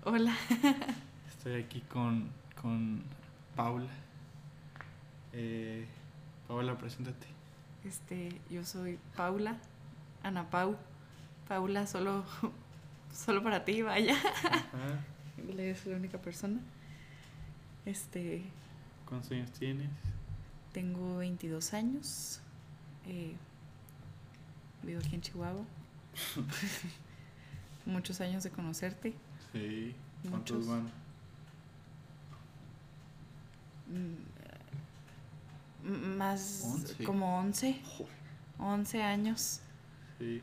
Hola. Estoy aquí con Paula. Paula, preséntate. Yo soy Paula, Ana Pau. Paula, solo para ti, vaya. Ajá. Él es la única persona. ¿Cuántos años tienes? Tengo 22 años. Vivo aquí en Chihuahua. Muchos años de conocerte. Sí. ¿Cuántos Muchos. van? Más 11. como 11. Joder. 11 años. Sí.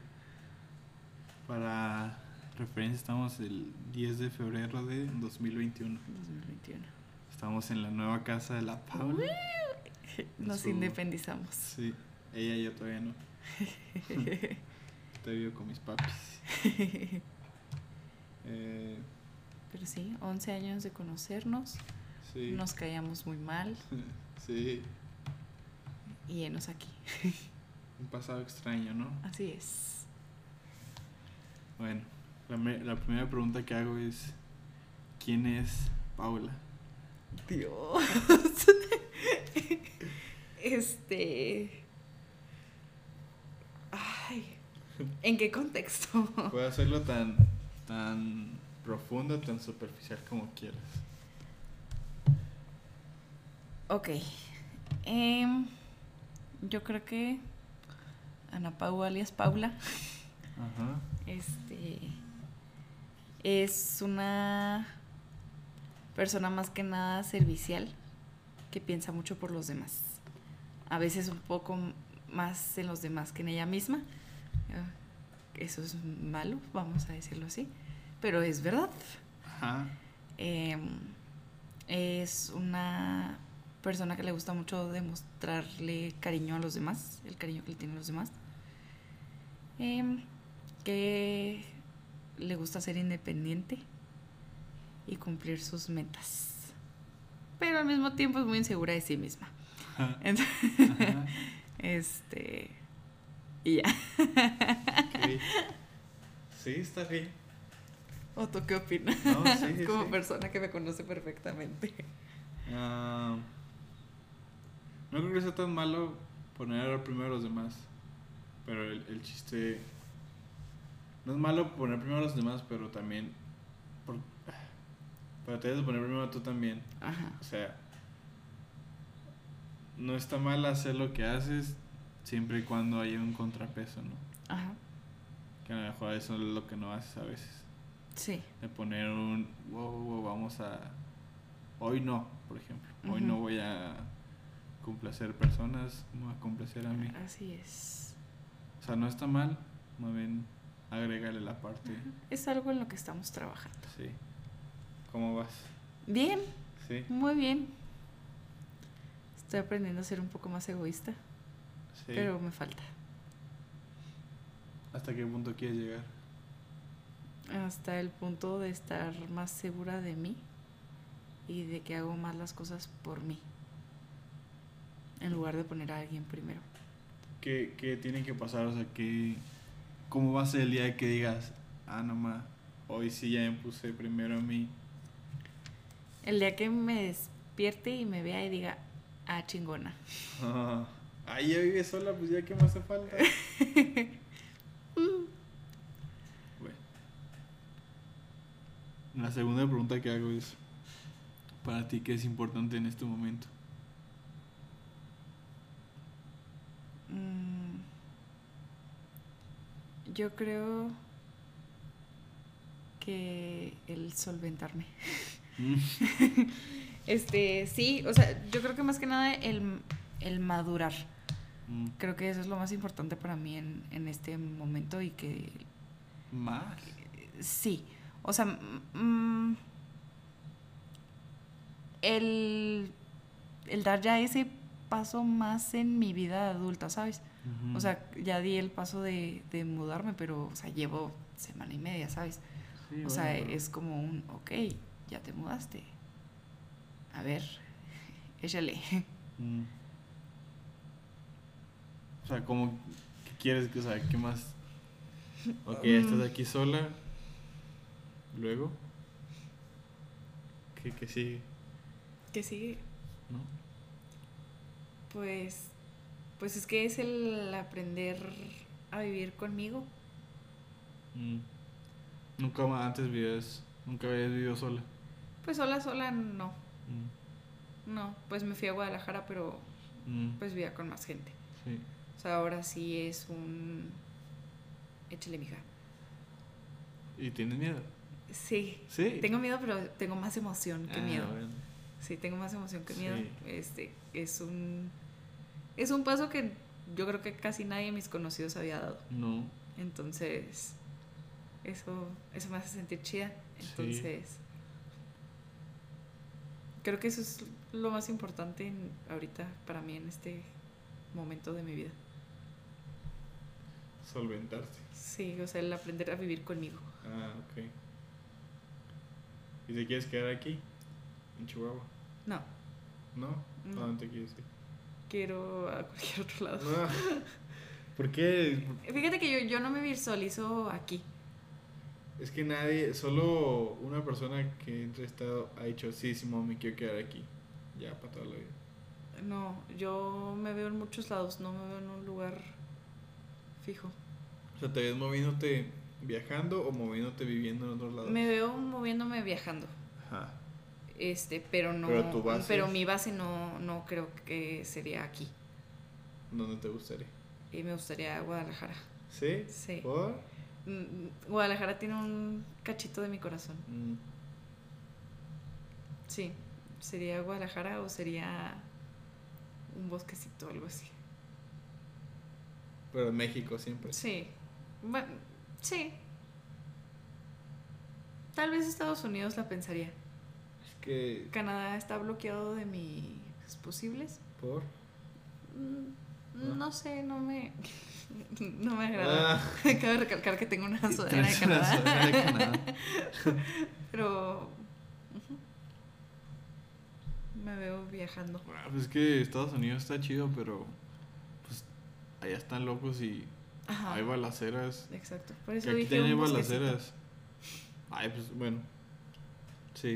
Para referencia, estamos el 10 de febrero de 2021. 2021. Estamos en la nueva casa de la Paula. Nos independizamos. Sí. Ella y yo todavía no. Todavía vivo con mis papis. Pero sí, 11 años de conocernos. Sí. Nos caíamos muy mal. Sí. Y enos aquí. Un pasado extraño, ¿no? Así es. Bueno, la primera pregunta que hago es: ¿quién es Paula? Dios. Ay. ¿En qué contexto? Puedo hacerlo tan profundo, tan superficial como quieras. Ok. Yo creo que Ana Pau alias Paula. Ajá. Es una persona más que nada servicial que piensa mucho por los demás. A veces un poco más en los demás que en ella misma. Eso es malo, vamos a decirlo así, pero es verdad. Ajá. Es una persona que le gusta mucho demostrarle cariño a los demás, el cariño que le tienen los demás. Que le gusta ser independiente y cumplir sus metas, pero al mismo tiempo es muy insegura de sí misma. Entonces, Ajá. Y ya. Okay. Sí, está bien. ¿O tú qué opinas? No, sí, Como sí. persona que me conoce perfectamente. No creo que sea tan malo poner primero a los demás. Pero el chiste... No es malo poner primero a los demás, pero también... Pero te debes de poner primero tú también. Ajá. O sea... No está mal hacer lo que haces siempre y cuando haya un contrapeso, ¿no? Ajá. Que a lo mejor eso es lo que no haces a veces. Sí. De poner un... Wow, vamos a... Hoy no, por ejemplo. Hoy no voy a complacer personas, me voy a complacer a mí. Así es. O sea, no está mal, más bien agrégale la parte. Ajá. Es algo en lo que estamos trabajando. Sí. ¿Cómo vas? Bien. Sí. Muy bien. Estoy aprendiendo a ser un poco más egoísta, Sí. pero me falta. ¿Hasta qué punto quieres llegar? Hasta el punto de estar más segura de mí y de que hago más las cosas por mí, en lugar de poner a alguien primero. ¿Qué tiene que pasar? O sea, ¿cómo va a ser el día que digas, no ma, hoy sí ya me puse primero a mí? El día que me despierte y me vea y diga, chingona. Ahí ya vive sola, pues ya qué más hace falta. Bueno. La segunda pregunta que hago es, ¿para ti qué es importante en este momento? Yo creo que el solventarme. Sí, o sea, yo creo que más que nada el madurar. Creo que eso es lo más importante para mí en este momento y que... ¿Más? Sí, o sea, el dar ya ese paso más en mi vida adulta, ¿sabes? O sea, ya di el paso de mudarme, pero, o sea, llevo semana y media, ¿sabes? Sí, o sea, es como un, ok, ya te mudaste. A ver, échale. O sea, ¿cómo qué quieres que, o sea, qué más? Ok, estás aquí sola. Luego. Que sigue, ¿Qué sigue? ¿no? Pues es que es el aprender a vivir conmigo. Mm. Nunca más antes nunca habías vivido sola. Pues sola no. Mm. No, pues me fui a Guadalajara, pero pues vivía con más gente. Sí. O sea, ahora sí es un... Échale, mija. ¿Y tienes miedo? Sí. Sí. Tengo miedo, pero tengo más emoción que miedo. Bueno. Sí, tengo más emoción que Sí. miedo. Es un paso que yo creo que casi nadie de mis conocidos había dado. No. Entonces, eso me hace sentir chida. Entonces, creo que eso es lo más importante ahorita para mí en este momento de mi vida. Solventarse. Sí, o sea, el aprender a vivir conmigo. Ah, ok. ¿Y te quieres quedar aquí? ¿En Chihuahua? No, ¿No? No. ¿A dónde te quieres ir? quiero a cualquier otro lado. Ah, ¿por qué? Fíjate que yo no me visualizo aquí. Es que nadie, solo una persona que ha entrevistado ha dicho, sí, Simón, me quiero quedar aquí. Ya, para toda la vida. No, yo me veo en muchos lados, no me veo en un lugar fijo. O sea, ¿te ves moviéndote viajando o moviéndote viviendo en otros lados? Me veo moviéndome viajando. Ajá. Pero no. Pero tu base Pero es- mi base no creo que sería aquí. ¿Dónde te gustaría? Y me gustaría Guadalajara. ¿Sí? Sí. ¿Por? Guadalajara tiene un cachito de mi corazón. Mm. Sí. ¿Sería Guadalajara o sería un bosquecito o algo así? Pero en México siempre. Sí. Bueno, sí. Tal vez Estados Unidos la pensaría. Es que... Canadá está bloqueado de mis posibles. ¿Por? No sé, no me agrada. Ah. Cabe recalcar que tengo una sudadera de Tienes una Canadá. sudadera de Canadá. Pero me veo viajando. Ah, pues es que Estados Unidos está chido, pero pues allá están locos y Ajá. hay balaceras. Exacto. Por Que eso aquí dije también hay un bosquecito. balaceras. Ay, pues bueno. Sí.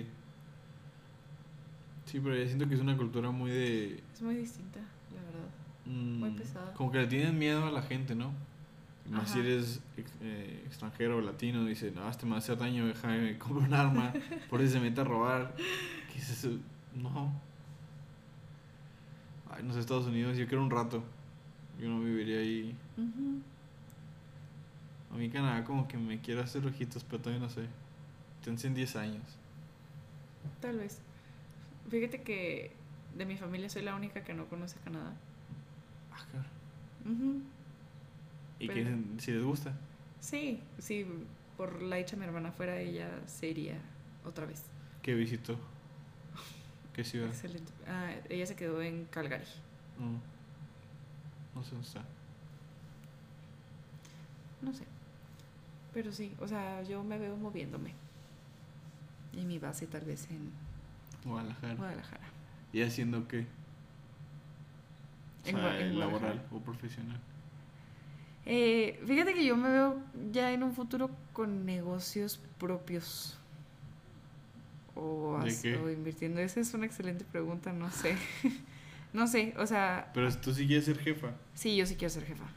Sí, pero ya siento que es una cultura muy de... Es muy distinta, la verdad. Muy pesada. Como que le tienen miedo a la gente, ¿no? Y más si Ajá. eres extranjero o latino, dice, no, este me va a hacer daño, déjame, me compro un arma, por eso se mete a robar. ¿Qué es eso? No. Ay, no sé, Estados Unidos, yo quiero un rato. Yo no viviría ahí. Ujú. A mí Canadá como que me quiere hacer ojitos, pero todavía no sé. Tense en 10 años. Tal vez. Fíjate que de mi familia soy la única que no conoce Canadá. Ah, claro. Ujú. ¿Y Pero- qué, si les gusta? Sí, sí, por la dicha mi hermana fuera, ella se iría otra vez. ¿Qué visitó? ¿Qué ciudad? Excelente. Ella se quedó en Calgary. No. No sé dónde está. No sé. Pero sí, o sea, yo me veo moviéndome. Y mi base tal vez en Guadalajara. Guadalajara. ¿Y haciendo qué? O En sea, Guadalajara. laboral o profesional. Fíjate que yo me veo ya en un futuro con negocios propios. ¿De qué? O invirtiendo. Esa es una excelente pregunta, no sé. No sé, o sea, Pero tú sí quieres ser jefa. sí, yo sí quiero ser jefa.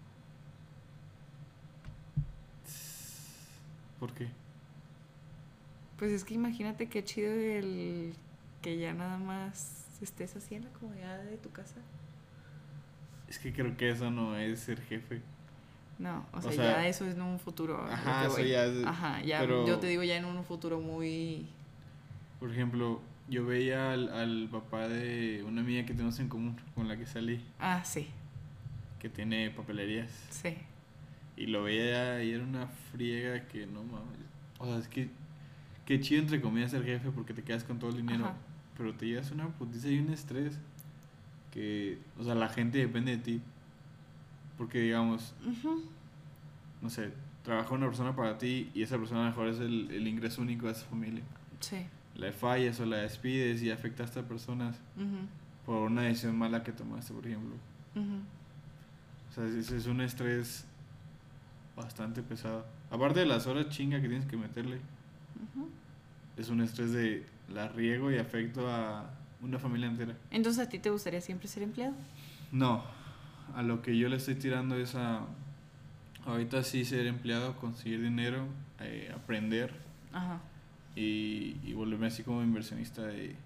¿Por qué? Pues es que imagínate qué chido el que ya nada más estés así en la comodidad de tu casa. Es que creo que eso no es ser jefe. No, o O sea, sea, ya eso es en un futuro. a lo ajá, que eso voy. ya es- Ajá, ya, pero- yo te digo ya en un futuro muy... Por ejemplo, yo veía al papá de una amiga que tenemos en común, con la que salí, Ah, sí, que tiene papelerías. sí. Y lo veía y era una friega que no mames. O sea, es que qué chido entre comillas ser jefe porque te quedas con todo el dinero. Ajá. Pero te llevas una putiza y un estrés. Que, o sea, la gente depende de ti. Porque digamos, Ujú. no sé, trabaja una persona para ti y esa persona a lo mejor es el ingreso único de esa familia. Sí. La fallas o la despides y afectaste a personas Ujú, por una decisión mala que tomaste, por ejemplo. ujú. O sea, es un estrés bastante pesado. Aparte de las horas chinga que tienes que meterle, Ujú. es un estrés de la riego y afecto a una familia entera. Entonces, ¿a ti te gustaría siempre ser empleado? No, a lo que yo le estoy tirando es a ahorita sí ser empleado, conseguir dinero, aprender Ajá. y volverme así como inversionista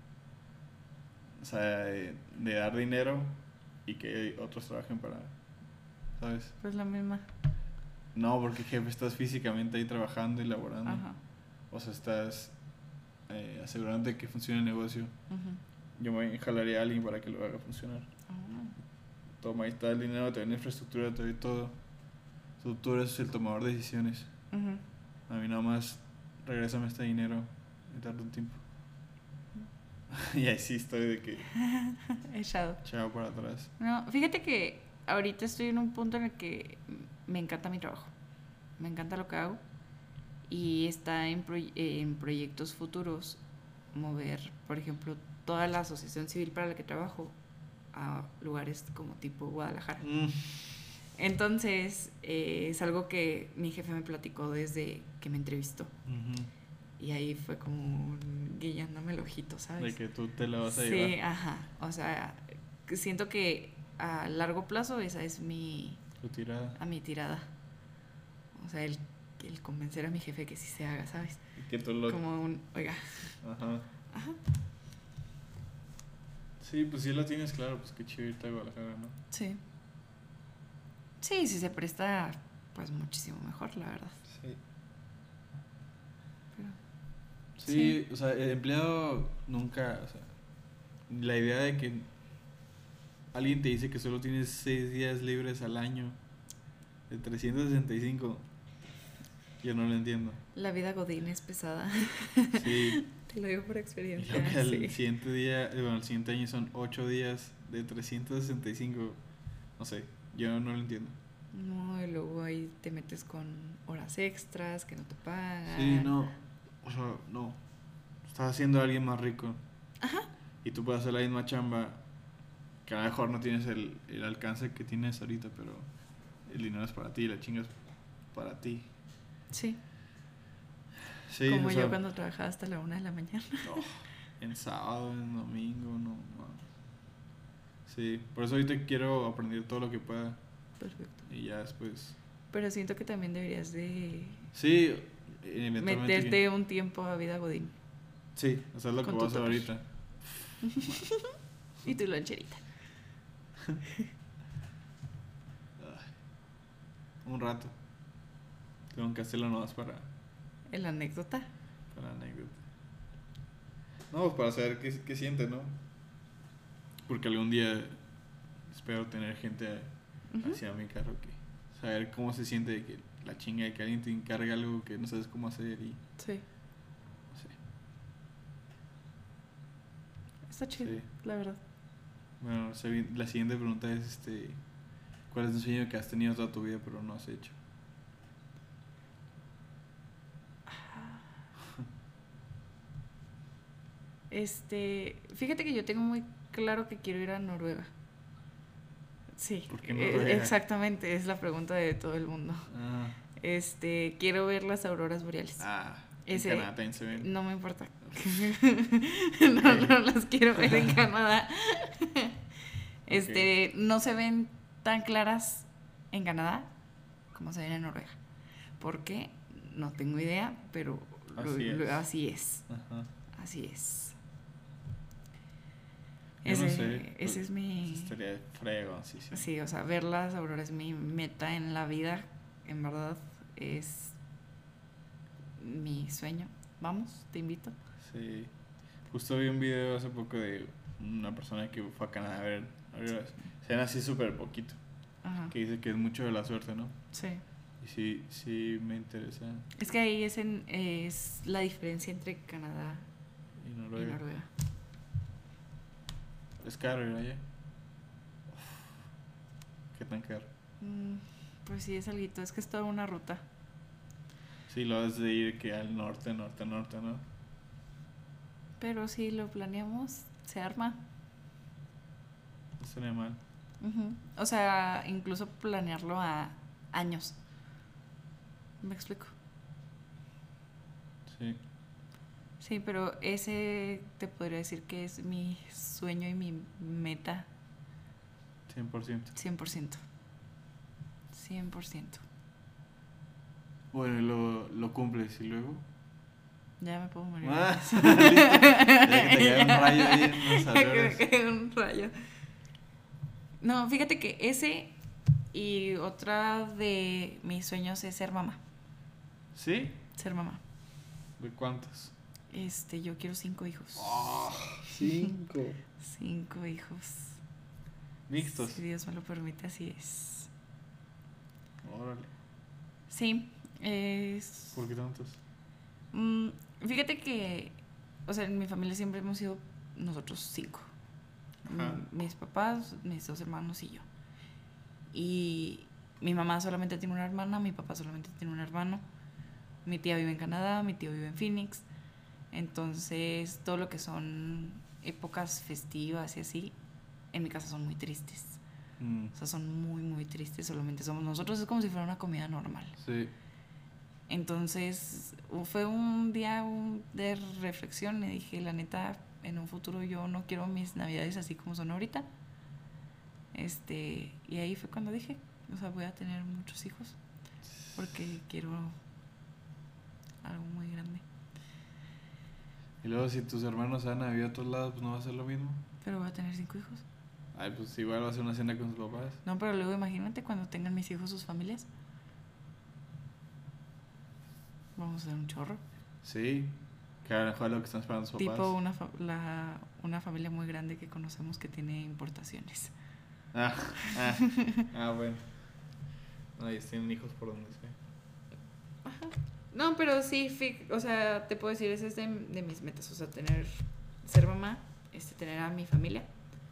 o sea, de dar dinero y que otros trabajen para, ¿sabes? Pues la misma. No, porque jefe, estás físicamente ahí trabajando y laborando. Ajá. O sea, estás asegurando de que funcione el negocio. Ujú. Yo me jalaría a alguien para que lo haga funcionar. Ah. Toma, ahí está el dinero, te doy la infraestructura, te doy todo. Tú eres el tomador de decisiones. Ujú. A mí nada más, regrésame este dinero y tarde un tiempo. Y ahí sí estoy de que Echado. chao para atrás. No, fíjate que ahorita estoy en un punto en el que me encanta mi trabajo. Me encanta lo que hago. Y está en proyectos futuros mover, por ejemplo, toda la asociación civil para la que trabajo a lugares como tipo Guadalajara. Entonces, es algo que mi jefe me platicó desde que me entrevistó. Ujú. Y ahí fue como guiándome el ojito, ¿sabes? De que tú te la vas a Sí, llevar. ajá. O sea, que siento que a largo plazo esa es mi Tu tirada. tirada. O sea, el convencer a mi jefe que sí se haga, ¿sabes? Y que tú lo... Como un, oiga. Ajá. Ajá. Sí, pues si lo tienes claro, pues qué chido irte a Guadalajara, ¿no? Sí. Sí, si se presta, pues muchísimo mejor, la verdad. Sí. Pero, Sí, o sea, el empleado nunca, o sea, la idea de que alguien te dice que solo tienes 6 días libres al año, de 365, yo no lo entiendo. la vida godín es pesada. Sí, Te lo digo por y experiencia. lo que el Sí. siguiente día, bueno, el siguiente año son 8 días de 365, no sé, yo no lo entiendo. No, y luego ahí te metes con horas extras que no te pagan. Sí, no, o sea, no, estás haciendo a alguien más rico. Ajá. Y tú puedes hacer la misma chamba, que a lo mejor no tienes el alcance que tienes ahorita, pero el dinero es para ti, la chinga es para ti. Sí. Sí, Como o yo sea, cuando trabajaba hasta la 1 de la mañana. no, en sábado, en domingo, no. Sí, por eso ahorita quiero aprender todo lo que pueda Perfecto. y ya después. Pero siento que también deberías de Sí, eventualmente. meterte un tiempo a vida godín. Sí, o sea, es lo que Con voy a tu hacer topper. ahorita. Y tu loncherita. Un rato. Tengo que hacerlo nomás para La anécdota. la anécdota. No, pues para saber qué siente, ¿no? Porque algún día espero tener gente Ujú. hacia mi carro que saber cómo se siente de que la chinga de que alguien te encarga algo que no sabes cómo hacer y Sí. no sé. Está chido, Sí. la verdad. Bueno, la siguiente pregunta es ¿cuál es un sueño que has tenido toda tu vida pero no has hecho? Fíjate que yo tengo muy claro que quiero ir a Noruega. Sí, ¿Por qué Noruega? exactamente, es la pregunta de todo el mundo. Ah, Quiero ver las auroras boreales. en Ese- Canadá también se ven. No me importa. No las quiero ver en Canadá. No se ven tan claras en Canadá como se ven en Noruega. ¿Por qué? No tengo idea, pero así es. Ajá. Así es. Yo no sé. Ese es mi... Estaría fregón, sí. Sí, o sea, ver las auroras es mi meta en la vida. En verdad, es mi sueño. Vamos, te invito. Sí. Justo vi un video hace poco de una persona que fue a Canadá a ver auroras. Se ven así súper poquito. Ajá. Que dice que es mucho de la suerte, ¿no? Sí. Y sí me interesa. Es que ahí es la diferencia entre Canadá Y y Noruega. Noruega. Es caro ir allá. ¿Qué tan caro? Pues sí, es alguito. Es que es toda una ruta. Sí, lo has de ir que al norte, ¿no? Pero si lo planeamos, se arma. No estaría mal. Ujú. O sea, incluso planearlo a años. ¿Me explico? Sí. Sí, pero ese te podría decir que es mi sueño y mi meta 100%. 100%. 100%. Bueno, y lo cumples y luego. Ya me puedo morir. Listo. Ya que te cae un rayo ahí en los Que me alrededores. cae un rayo. No, fíjate que ese y otra de mis sueños es ser mamá. ¿Sí? Ser mamá. ¿De cuántos? Yo quiero 5 hijos. 5. 5 hijos. Mixtos. Si Dios me lo permite, así es. Órale. Sí, es... ¿Por qué tantos? Fíjate que, o sea, en mi familia siempre hemos sido nosotros 5. Ajá. Mis papás, mis 2 hermanos y yo. Y mi mamá solamente tiene una hermana, mi papá solamente tiene un hermano. Mi tía vive en Canadá, mi tío vive en Phoenix. Entonces, todo lo que son épocas festivas y así, en mi casa son muy tristes. O sea, son muy, muy tristes. Solamente somos nosotros. Es como si fuera una comida normal. Sí. Entonces, fue un día de reflexión. Y dije, la neta, en un futuro yo no quiero mis navidades así como son ahorita. Y ahí fue cuando dije, o sea, voy a tener muchos hijos. Porque quiero algo muy grande. Y luego, si tus hermanos van a vivir a otros lados, pues no va a ser lo mismo. Pero voy a tener 5 hijos. Ay, pues igual va a ser una cena con sus papás. No, pero luego imagínate cuando tengan mis hijos sus familias. Vamos a hacer un chorro. Sí. Que a lo mejor es lo que están esperando sus papás. Tipo una familia muy grande que conocemos que tiene importaciones. Bueno. No, ellos tienen hijos por donde sea. Ajá. No, pero sí, o sea, te puedo decir, ese es de mis metas. O sea, ser mamá, tener a mi familia.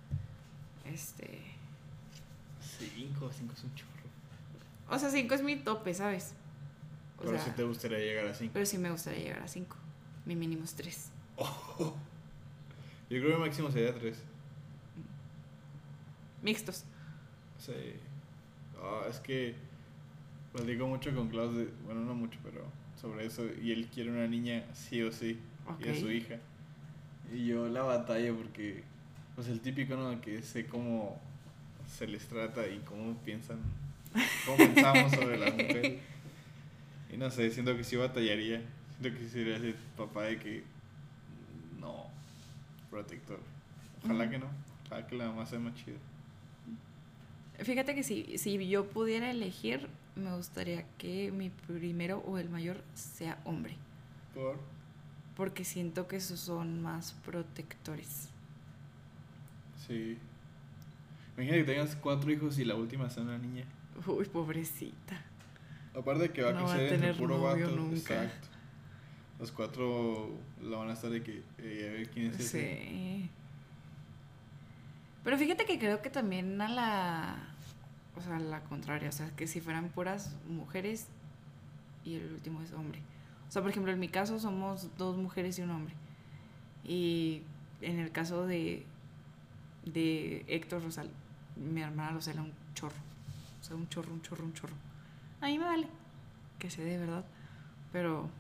5 es un chorro. O sea, 5 es mi tope, ¿sabes? Pero si te gustaría llegar a 5. Pero sí me gustaría llegar a 5. Mi mínimo es 3. Yo creo que el máximo sería 3. Mixtos. Sí. Es que lo digo mucho con Klaus, bueno, no mucho, pero sobre eso. Y él quiere una niña sí o sí. Okay. Y es su hija. Y yo la batalla porque, pues el típico, ¿no? Que sé cómo se les trata y cómo pensamos sobre las mujeres. Y no sé, siento que sí batallaría. Siento que sí sería ese papá de que no, protector. Ojalá que no. Ojalá que la mamá sea más chida. Fíjate que si yo pudiera elegir, me gustaría que mi primero o el mayor sea hombre. Porque siento que esos son más protectores. Sí. Imagínate que tengas 4 hijos y la última sea una niña. Uy, pobrecita. Aparte de que va No a va a crecer entre tener puro novio vato. nunca. Exacto. Los 4 la van a estar de que a ver quién es ese. Sí. Pero fíjate que creo que también a la contraria, o sea, que si fueran puras mujeres y el último es hombre. O sea, por ejemplo, en mi caso somos 2 mujeres y un hombre. Y en el caso de Héctor Rosal, mi hermana Rosela, un chorro. O sea, un chorro. A mí me vale que se dé, ¿verdad? Pero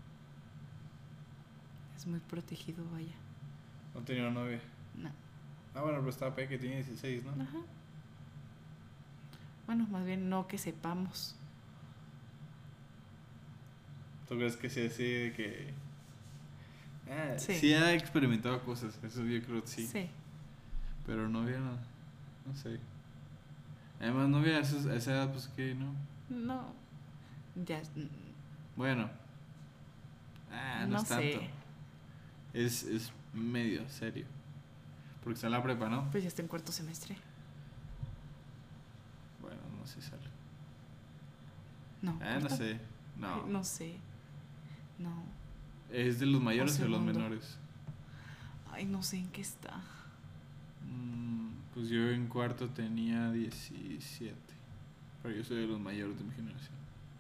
es muy protegido, vaya. ¿No tenía una novia? No. Bueno, pero estaba que tiene 16, ¿no? Ajá. Bueno, más bien no que sepamos. ¿Tú crees que sea así de que Sí. sí ha experimentado cosas? Eso yo creo que sí. Sí. Pero novia no sé. Además novia a esa edad pues que no. No. Ya. Bueno. No No es tanto. sé. Es medio serio. Porque está en la prepa, ¿no? Pues ya está en 4º semestre. Bueno, no sé si sale. No. No ¿cuarto? sé. No. Ay, no sé. No. ¿Es de los mayores o de los segundo. menores? Ay, no sé en qué está. Pues yo en 4º tenía 17. Pero yo soy de los mayores de mi generación.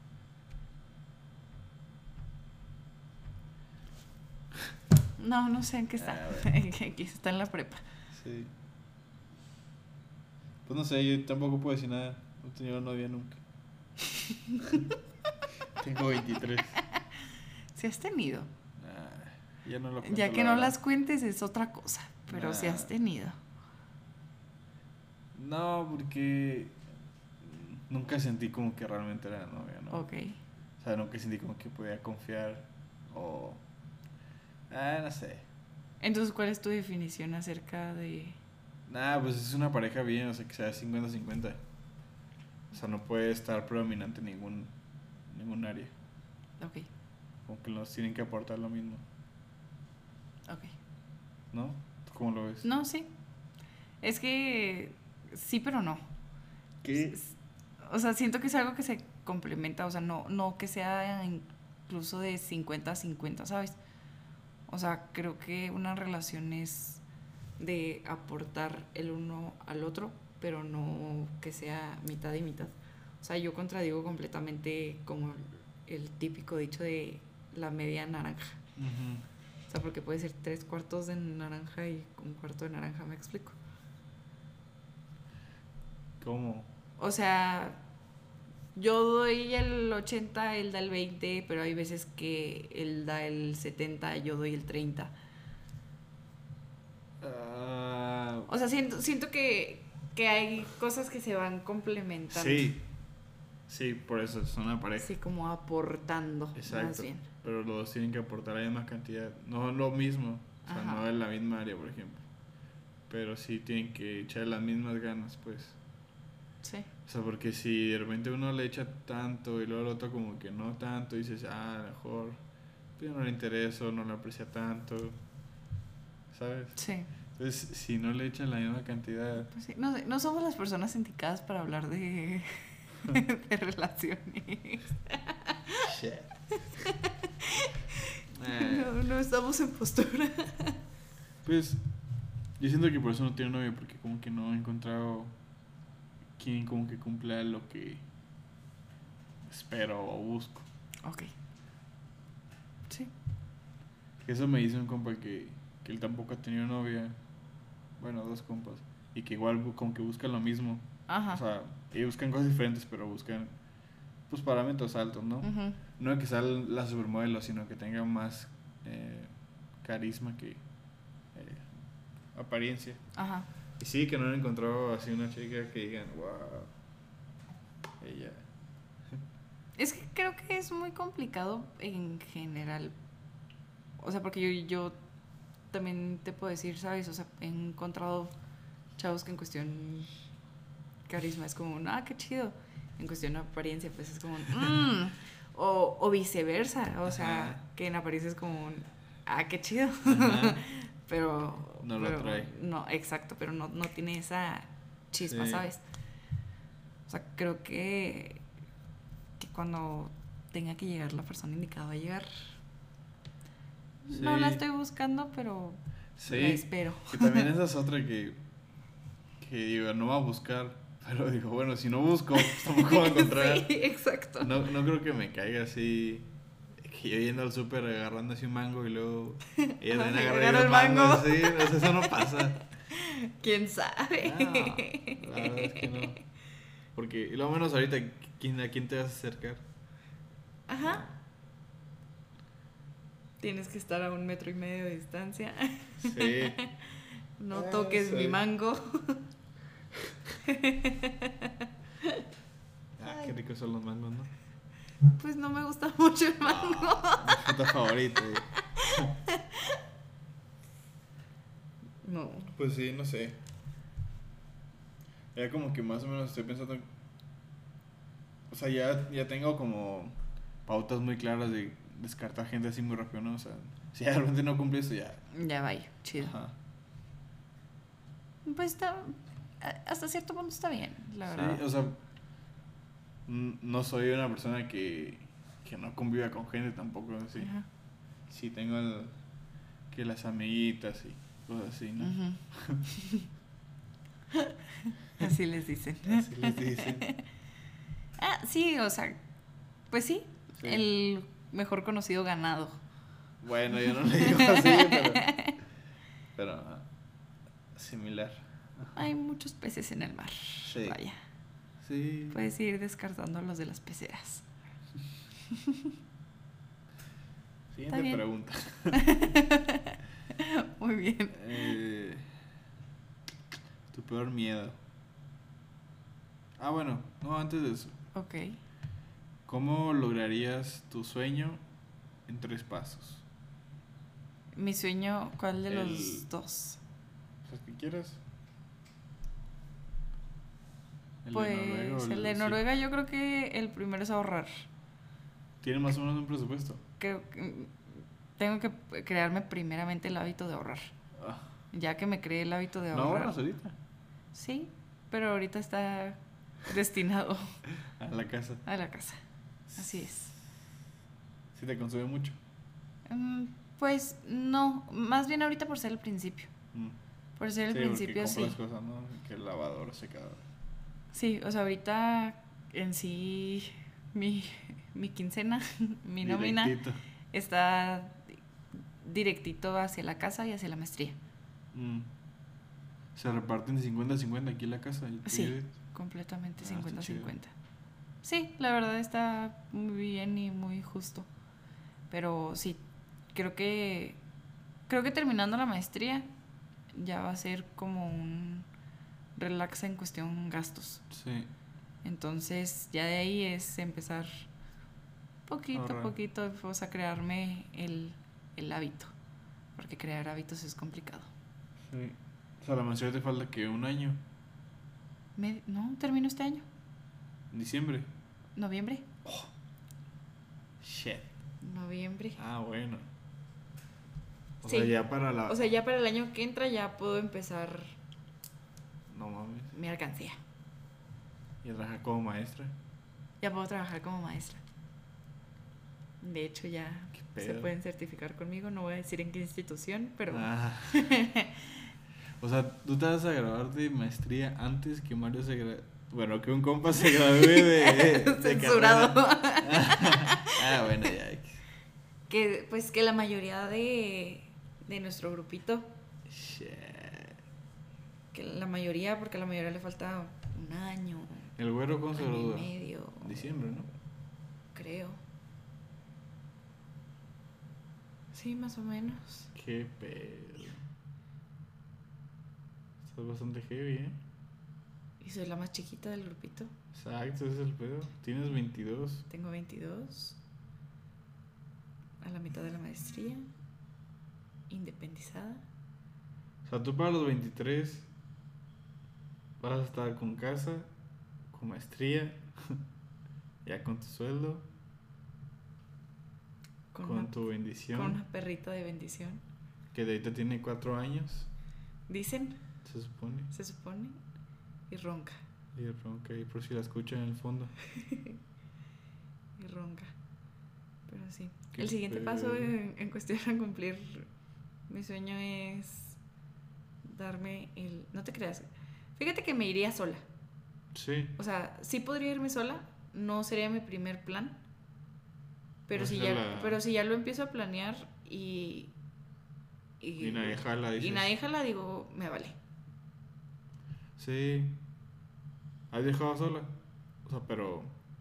No sé en qué está. Bueno. Aquí está en la prepa. Sí. Pues no sé, yo tampoco puedo decir nada. No he tenido novia nunca. Tengo 23. ¿Sí has tenido? Ya no lo cuento, Ya que la no verdad. las cuentes es otra cosa, pero sí has tenido. No, porque nunca sentí como que realmente era novia, ¿no? Ok. O sea, nunca sentí como que podía confiar o... no sé. Entonces, ¿cuál es tu definición acerca de...? Nada, pues es una pareja bien, o sea, que sea 50-50. O sea, no puede estar predominante en ningún área. Ok, Como que los tienen que aportar lo mismo, ok. ¿no? ¿Tú cómo lo ves? No, sí. Es que sí, pero no. ¿Qué? O sea, siento que es algo que se complementa, o sea, no que sea incluso de 50-50, ¿sabes? O sea, creo que una relación es de aportar el uno al otro, pero no que sea mitad y mitad. O sea, yo contradigo completamente como el típico dicho de la media naranja. Uh-huh. O sea, porque puede ser 3 cuartos de naranja y un cuarto de naranja, ¿me explico? ¿Cómo? O sea, yo doy el 80, él da el 20, pero hay veces que él da el 70, yo doy el 30. O sea, siento que hay cosas que se van complementando. Sí, por eso es una pareja. Sí, como aportando, Exacto. más bien. Pero los dos tienen que aportar la misma cantidad. No lo mismo, o sea, Ajá. no en la misma área, por ejemplo. Pero sí tienen que echar las mismas ganas, pues. Sí. O sea, porque si de repente uno le echa tanto y luego el otro como que no tanto, y dices, a lo mejor pues no le interesa o no le aprecia tanto, ¿sabes? Sí. Entonces, si no le echan la misma cantidad... Pues sí. No sé, no somos las personas indicadas para hablar de, de relaciones. Shit. No estamos en postura. Pues yo siento que por eso no tiene novia, porque como que no he encontrado quien como que cumpla lo que espero o busco. Ok. Sí. Eso me dice un compa que él tampoco ha tenido novia, bueno, dos compas, y que igual como que buscan lo mismo. Ajá. O sea, ellos buscan cosas diferentes, pero buscan pues parámetros altos, ¿no? Uh-huh. No que sea la supermodelo, sino que tenga más carisma que apariencia. Ajá. Y sí, que no han encontrado así una chica que digan, wow, ella. Es que creo que es muy complicado en general. O sea, porque yo también te puedo decir, ¿sabes? O sea, he encontrado chavos que en cuestión carisma es como, qué chido. En cuestión de apariencia, pues es como, o viceversa. O sea, Ajá. que en apariencia es como, qué chido. Ajá. pero No lo trae. No, exacto, pero no tiene esa chispa, Sí. ¿sabes? O sea, creo que cuando tenga que llegar la persona indicada va a llegar. Sí. No la estoy buscando, pero Sí. la espero. Que también esa es otra que digo, no va a buscar. Pero digo, bueno, si no busco, pues tampoco voy a encontrar. Sí, exacto. No creo que me caiga así. Que yo yendo al súper agarrando así un mango y luego ella también agarra el mango. Sí, o sea, eso no pasa. ¿Quién sabe? No, la verdad es que no. Porque, y lo menos ahorita, ¿a quién te vas a acercar? Ajá. Tienes que estar a 1,5 metros de distancia. Sí. No toques mi mango. Qué ricos son los mangos, ¿no? Pues no me gusta mucho el mango. Mi fruta favorita. No. Pues sí, no sé. Ya como que más o menos estoy pensando. O sea, ya tengo como pautas muy claras de descartar gente así muy rápido, ¿no? O sea, si de repente no cumple eso, ya. Ya vaya, chido. Ajá. Pues está. Hasta cierto punto está bien, la verdad. Sí, o sea, no soy una persona que no conviva con gente tampoco, así. Ajá. Sí, tengo que las amiguitas y cosas así, ¿no? Uh-huh. Así les dicen. Así les dicen. Sí, o sea, pues sí, Sí. el mejor conocido ganado. Bueno, yo no le digo así, pero similar. Hay muchos peces en el mar. Sí. Vaya. Sí. Puedes ir descartando los de las peceras. Siguiente bien. pregunta. Muy bien. Tu peor miedo. Bueno, no, antes de eso. Ok. ¿Cómo lograrías tu sueño en 3 pasos? Mi sueño, ¿cuál de El- los dos? Pues que quieras. ¿El Pues de Noruega o el de sí? Noruega yo creo que el primero es ahorrar. ¿Tiene más o menos un presupuesto? Creo que tengo que crearme primeramente el hábito de ahorrar. Ah, Ya que me creé el hábito de no ahorrar. ahorras ahorita. Sí, pero ahorita está destinado A la casa. a la casa. Así es. Sí te consume mucho. Pues no, más bien ahorita por ser el principio. Mm. Por ser el Sí, principio, porque sí. compras cosas, ¿no? Que el lavador, secador. Sí, o sea, ahorita en sí mi quincena, mi nómina Directito. está directito hacia la casa y hacia la maestría. Mm. Se reparten 50-50 aquí en la casa. ¿Y tú, Sí, Judith? completamente Ah, está 50-50. Sí, la verdad está muy bien y muy justo. Pero sí, creo que terminando la maestría ya va a ser como un relax en cuestión gastos. Sí. Entonces ya de ahí es empezar poquito a Ahorrar. poquito, pues, a crearme el hábito. Porque crear hábitos es complicado. Sí. O sea, a la maestría te falta que un año. No, termino este año. En diciembre. Noviembre. Shit. Noviembre. Bueno. O Sí. sea, ya para la. O sea, ya para el año que entra ya puedo empezar No mames. mi alcancía. Y a trabajar como maestra. Ya puedo trabajar como maestra. De hecho, ya Qué se pedo. pueden certificar conmigo. No voy a decir en qué institución, pero O sea, tú te vas a graduar de maestría antes que Mario se gradúe. Bueno, que un compa se gradúe de censurado. carrera. Bueno, ya. Que la mayoría de nuestro grupito, Shit. que la mayoría, porque a la mayoría le falta un año, El güero con se año y gradúa. medio, En diciembre, ¿no? creo. Sí, más o menos. Qué pedo. Estás bastante heavy, ¿eh? Y soy la más chiquita del grupito. Exacto, ese es el pedo. Tienes 22. Tengo 22. A la mitad de la maestría. Independizada. O sea, tú para los 23 vas a estar con casa, con maestría, ya con tu sueldo, con tu bendición, con una perrita de bendición. que de ahorita tiene 4 años, Dicen, se supone. se supone. Y ronca. Y ronca ahí por si la escuchan en el fondo. Y ronca. Pero sí. Qué El siguiente pedo. paso en cuestión a cumplir mi sueño es darme el... No te creas. Fíjate que me iría sola. Sí. O sea, sí podría irme sola. No sería mi primer plan. Pero O si sea, ya, pero si ya lo empiezo a planear y nadie jala, dices. y nadie jala, digo, me vale. Sí. ¿Has dejado sola? O sea, pero...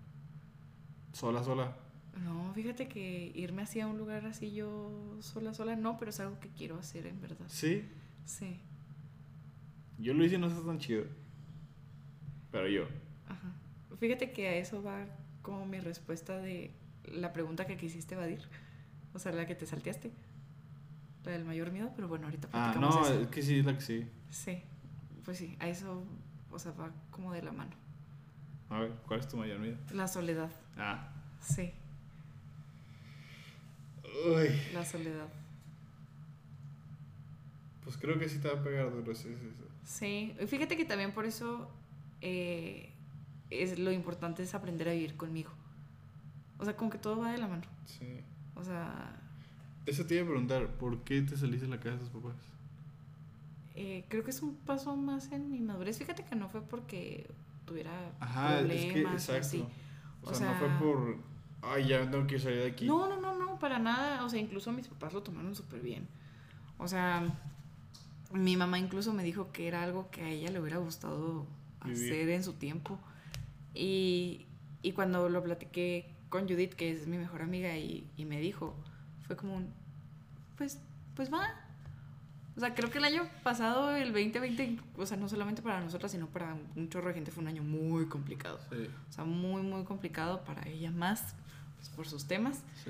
Sola. No, fíjate que irme así a un lugar así yo sola, no, pero es algo que quiero hacer en verdad. Sí. Sí, Yo lo hice y no está tan chido. Pero yo. ajá. Fíjate que a eso va como mi respuesta de la pregunta que quisiste evadir. O sea, la que te salteaste. La del mayor miedo, pero bueno, ahorita platicamos No, eso. es que sí, es la que sí. Sí, pues sí, a eso, o sea, va como de la mano. A ver, ¿cuál es tu mayor miedo? La soledad, sí, Uy. la soledad. Pues creo que sí te va a pegar duro eso. Sí, y fíjate que también por eso es lo importante es aprender a vivir conmigo. O sea, como que todo va de la mano. Sí. O sea, Eso te iba a preguntar, ¿por qué te saliste de la casa de tus papás? creo que es un paso más en mi madurez. Fíjate que no fue porque tuviera Ajá, es que, problemas o exacto. así. O sea, no fue por, ya tengo que salir de aquí. No, para nada. O sea, incluso mis papás lo tomaron súper bien. O sea, mi mamá incluso me dijo que era algo que a ella le hubiera gustado Vivir. hacer en su tiempo. Y cuando lo platiqué con Judith, que es mi mejor amiga, y me dijo, fue como un, pues va. O sea, creo que el año pasado, el 2020, o sea, no solamente para nosotras, sino para un chorro de gente, fue un año muy complicado. Sí. O sea, muy, muy complicado para ella más, pues, por sus temas. Sí.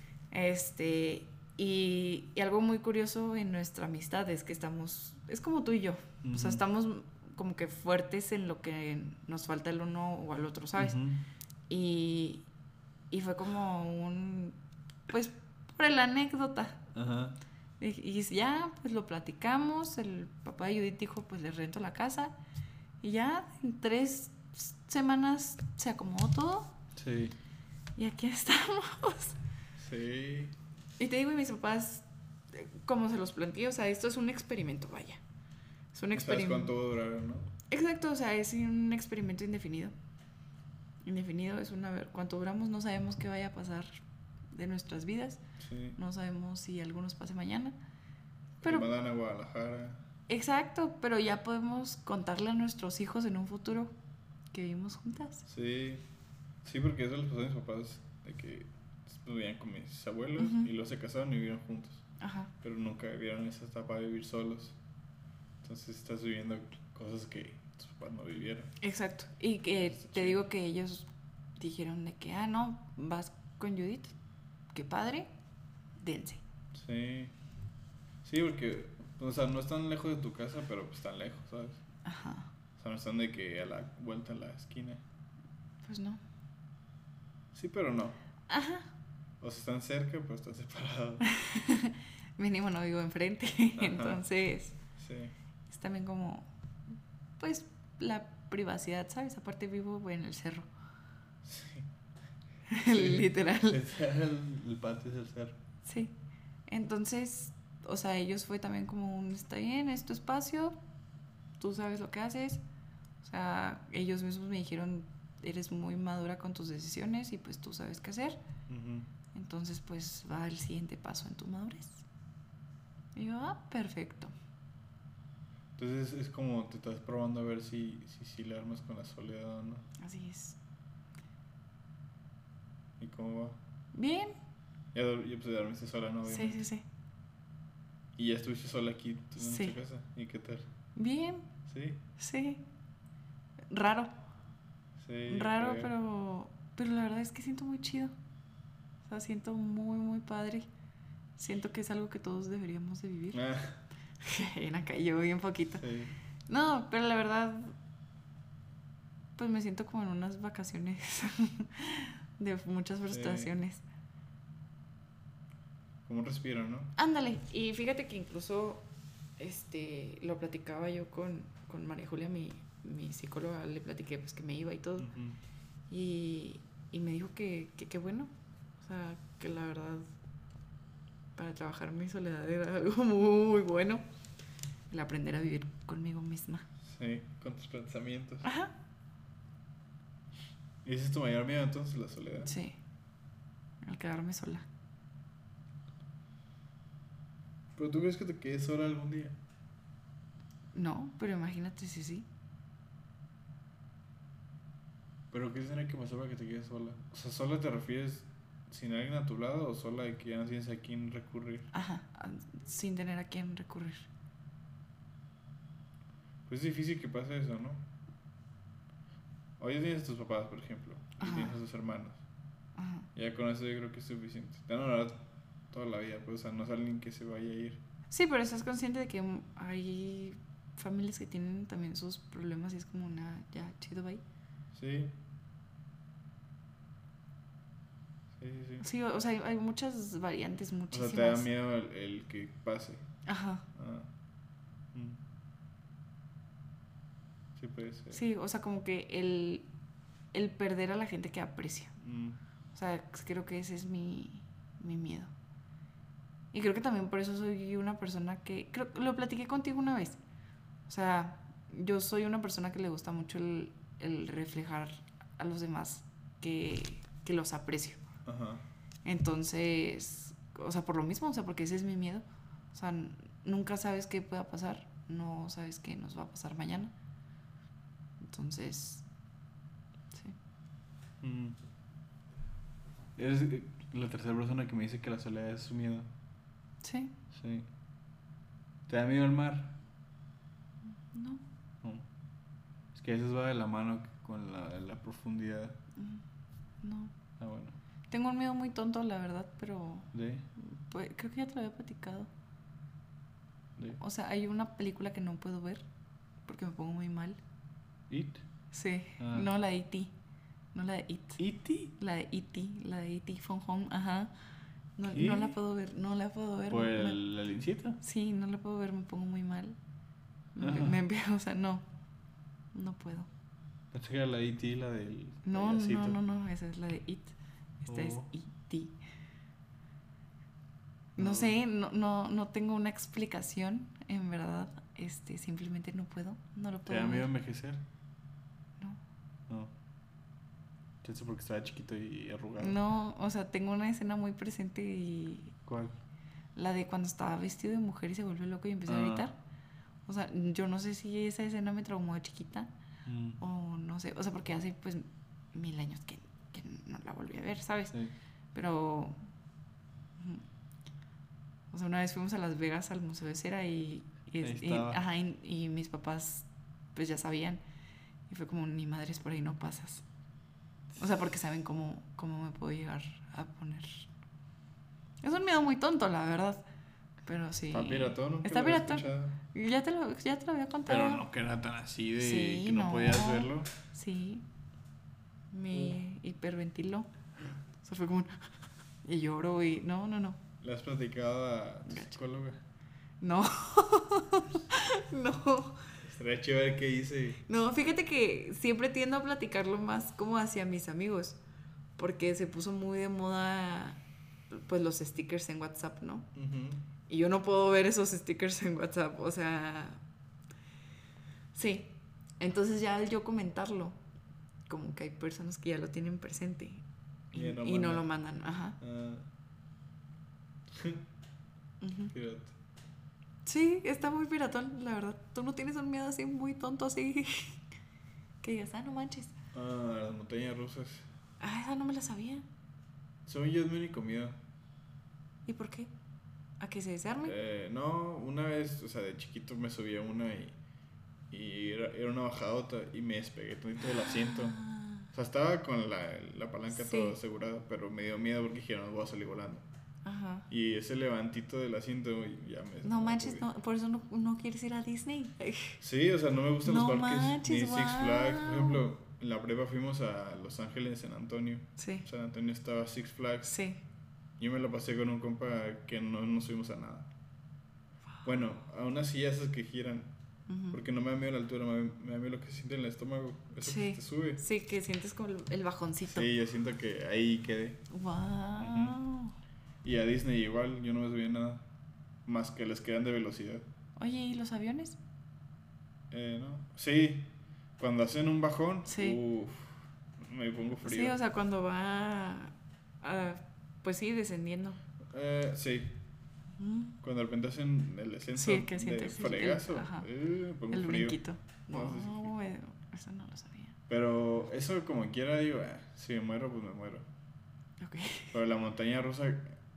Y algo muy curioso en nuestra amistad es que estamos, es como tú y yo. Uh-huh. O sea, estamos como que fuertes en lo que nos falta el uno o al otro, ¿sabes? Uh-huh. Y fue como pues, por la anécdota. Ajá. Y ya, pues lo platicamos. El papá de Judith dijo, pues le rento la casa. Y ya en 3 semanas se acomodó todo. Sí. Y aquí estamos. Sí. Y te digo, y mis papás, como se los planteé, o sea, esto es un experimento, vaya. Es un experimento. ¿Sabes cuánto va a durar, no? Exacto, o sea, es un experimento indefinido. Indefinido es a ver cuánto duramos, no sabemos qué vaya a pasar de nuestras vidas. Sí. No sabemos si algo nos pase mañana. Pero mandan a Guadalajara. Exacto, pero ya podemos contarle a nuestros hijos en un futuro que vivimos juntas. Sí. Sí, porque eso les pasó a mis papás, de que vivían con mis abuelos y luego se casaron y vivieron juntos. Ajá. Pero nunca vivieron esa etapa de vivir solos. Entonces estás viviendo cosas que tus papás no vivieron. Exacto. Y que te digo que ellos dijeron de que, no, vas con Judith, qué padre, dense. Sí. Sí, porque, o sea, no están lejos de tu casa, pero pues están lejos, ¿sabes? Ajá. O sea, no están de que a la vuelta a la esquina. Pues no. Sí, pero no. Ajá. O sea, están cerca, pero están separados. Mínimo no vivo enfrente. Entonces, sí. Es también como, pues, la privacidad, ¿sabes? Aparte vivo en el cerro. Sí. Literal. El patio es el cerro. Sí. Entonces, o sea, ellos fue también como está bien, es tu espacio, tú sabes lo que haces. O sea, ellos mismos me dijeron, eres muy madura con tus decisiones y pues tú sabes qué hacer. Uh-huh. Entonces, pues va el siguiente paso en tu madurez. Y yo, perfecto. Entonces es como te estás probando a ver si le armas con la soledad o no. Así es. ¿Y cómo va? Bien. Ya pues dormiste sola, ¿no? Obviamente. Sí. ¿Y ya estuviste sola aquí en sí. tu casa? ¿Y qué tal? Bien. ¿Sí? Sí. Raro. Sí. Raro, pero la verdad es que siento muy chido. O sea, siento muy, muy padre. Siento que es algo que todos deberíamos de vivir. Acá yo bien poquito. Sí. No, pero la verdad, pues me siento como en unas vacaciones de muchas frustraciones. Sí. Como un respiro, ¿no? Ándale. Y fíjate que incluso lo platicaba yo con María Julia, mi psicóloga, le platiqué pues que me iba y todo. Uh-huh. Y me dijo que bueno. O sea, que la verdad, para trabajar mi soledad era algo muy bueno. El aprender a vivir conmigo misma. Sí, con tus pensamientos. Ajá. ¿Y ese es tu mayor miedo entonces, la soledad? Sí, el quedarme sola. ¿Pero tú crees que te quedes sola algún día? No, pero imagínate si sí. ¿Pero qué tendría que pasar para que te quedes sola? O sea, ¿sola te refieres sin alguien a tu lado o sola de que ya no tienes a quién recurrir? Ajá, sin tener a quién recurrir. Pues es difícil que pase eso, ¿no? O ya tienes a tus papás, por ejemplo, y tienes a tus hermanos. Ajá. Ya con eso yo creo que es suficiente. Te van a durar toda la vida, pues, o sea, no es alguien que se vaya a ir. Sí, pero estás consciente de que hay familias que tienen también sus problemas y es como ya, chido, bye. Sí. Sí, o sea, hay muchas variantes, muchísimas. O sea, te da miedo el que pase. Ajá. Sí, puede ser. Sí, o sea, como que el perder a la gente que aprecio. O sea, creo que ese es mi miedo. Y creo que también por eso soy una persona que... Creo que lo platiqué contigo una vez. O sea, yo soy una persona que le gusta mucho el reflejar a los demás que los aprecio. Ajá. Entonces, o sea, por lo mismo, o sea, porque ese es mi miedo. O sea, nunca sabes qué pueda pasar. No sabes qué nos va a pasar mañana. Entonces, sí. La tercera persona que me dice que la soledad es su miedo. Sí. Sí. ¿Te da miedo el mar? No. No. Es que a veces va de la mano con la profundidad. No. Ah, bueno. Tengo un miedo muy tonto, la verdad, pero ¿De? pues, creo que ya te lo había platicado. ¿De? O sea, hay una película que no puedo ver porque me pongo muy mal. ¿It? Sí. Ah. No la de E.T. No la de It. ¿E.T.? La de E.T. La de E.T. Phone Home. Ajá. No, ¿Qué? no la puedo ver. No la puedo ver. ¿Por el alincito? Sí, no la puedo ver. Me pongo muy mal. O sea, no. No puedo. Pensé que era la E.T., la del No, payasito. no. Esa es la de It. Esta es Oh. E.T. No sé, no tengo una explicación, en verdad. Simplemente no puedo. No lo ¿Te puedo da miedo ver. envejecer? No. No. Pienso porque estaba chiquito y arrugado. No, o sea, tengo una escena muy presente y ¿Cuál? la de cuando estaba vestido de mujer y se volvió loco y empezó a gritar. O sea, yo no sé si esa escena me traumó de chiquita o no sé. O sea, porque hace pues 1000 años que no la volví a ver, ¿sabes? Sí. Pero... O sea, una vez fuimos a Las Vegas al Museo de Cera y mis papás pues ya sabían. Y fue como, ni madres, por ahí no pasas. O sea, porque saben cómo me puedo llegar a poner. Es un miedo muy tonto, la verdad. Pero sí. Está piratón, Está piratón. Ya te lo había contado. Pero no que era tan así de Sí, que no podías verlo. Sí. Me hiperventiló. O sea, fue como un... Y lloro y... No. ¿Le has platicado a tu psicóloga? No. No. Estaría chido ver qué hice. No, fíjate que siempre tiendo a platicarlo más como hacia mis amigos. Porque se puso muy de moda pues los stickers en WhatsApp, ¿no? Y yo no puedo ver esos stickers en WhatsApp. O sea... Sí. Entonces ya al yo comentarlo, como que hay personas que ya lo tienen presente y no lo mandan. Ajá. Fíjate. Sí, está muy piratón, la verdad. Tú no tienes un miedo así muy tonto, así que digas, no manches. Las montañas rusas. Esa no me la sabía. Según yo es mi único miedo. ¿Y por qué? ¿A que se desarme? No, una vez, o sea, de chiquito me subí a una y era una bajadota y me despegué todito del asiento. O sea, estaba con la palanca todo asegurada, pero me dio miedo porque dijeron, voy a salir volando. Ajá. Y ese levantito del asiento ya me... No manches, no, por eso no quieres ir a Disney. Sí, o sea, no me gustan los parques manches, ni Six Flags. Por ejemplo, en la prepa fuimos a Los Ángeles, San Antonio. Sí. San Antonio estaba Six Flags. Sí. Yo me lo pasé con un compa que no subimos a nada. Bueno, a unas sillas esas que giran. Porque no me da miedo la altura, me da miedo lo que se siente en el estómago. Eso que te sube. Sí, que sientes como el bajoncito. Sí, yo siento que ahí quedé. Wow. Y a Disney igual, yo no me subía nada. Más que les quedan de velocidad. Oye, ¿y los aviones? No. Sí, cuando hacen un bajón, sí. Me pongo frío. Sí, o sea, cuando va pues sí, descendiendo. Sí. Cuando de repente hacen el descenso que de fregazo, pongo el frío. brinquito. No, eso no lo sabía. Pero eso como quiera digo, si me muero, pues me muero. Okay. Pero la montaña rusa,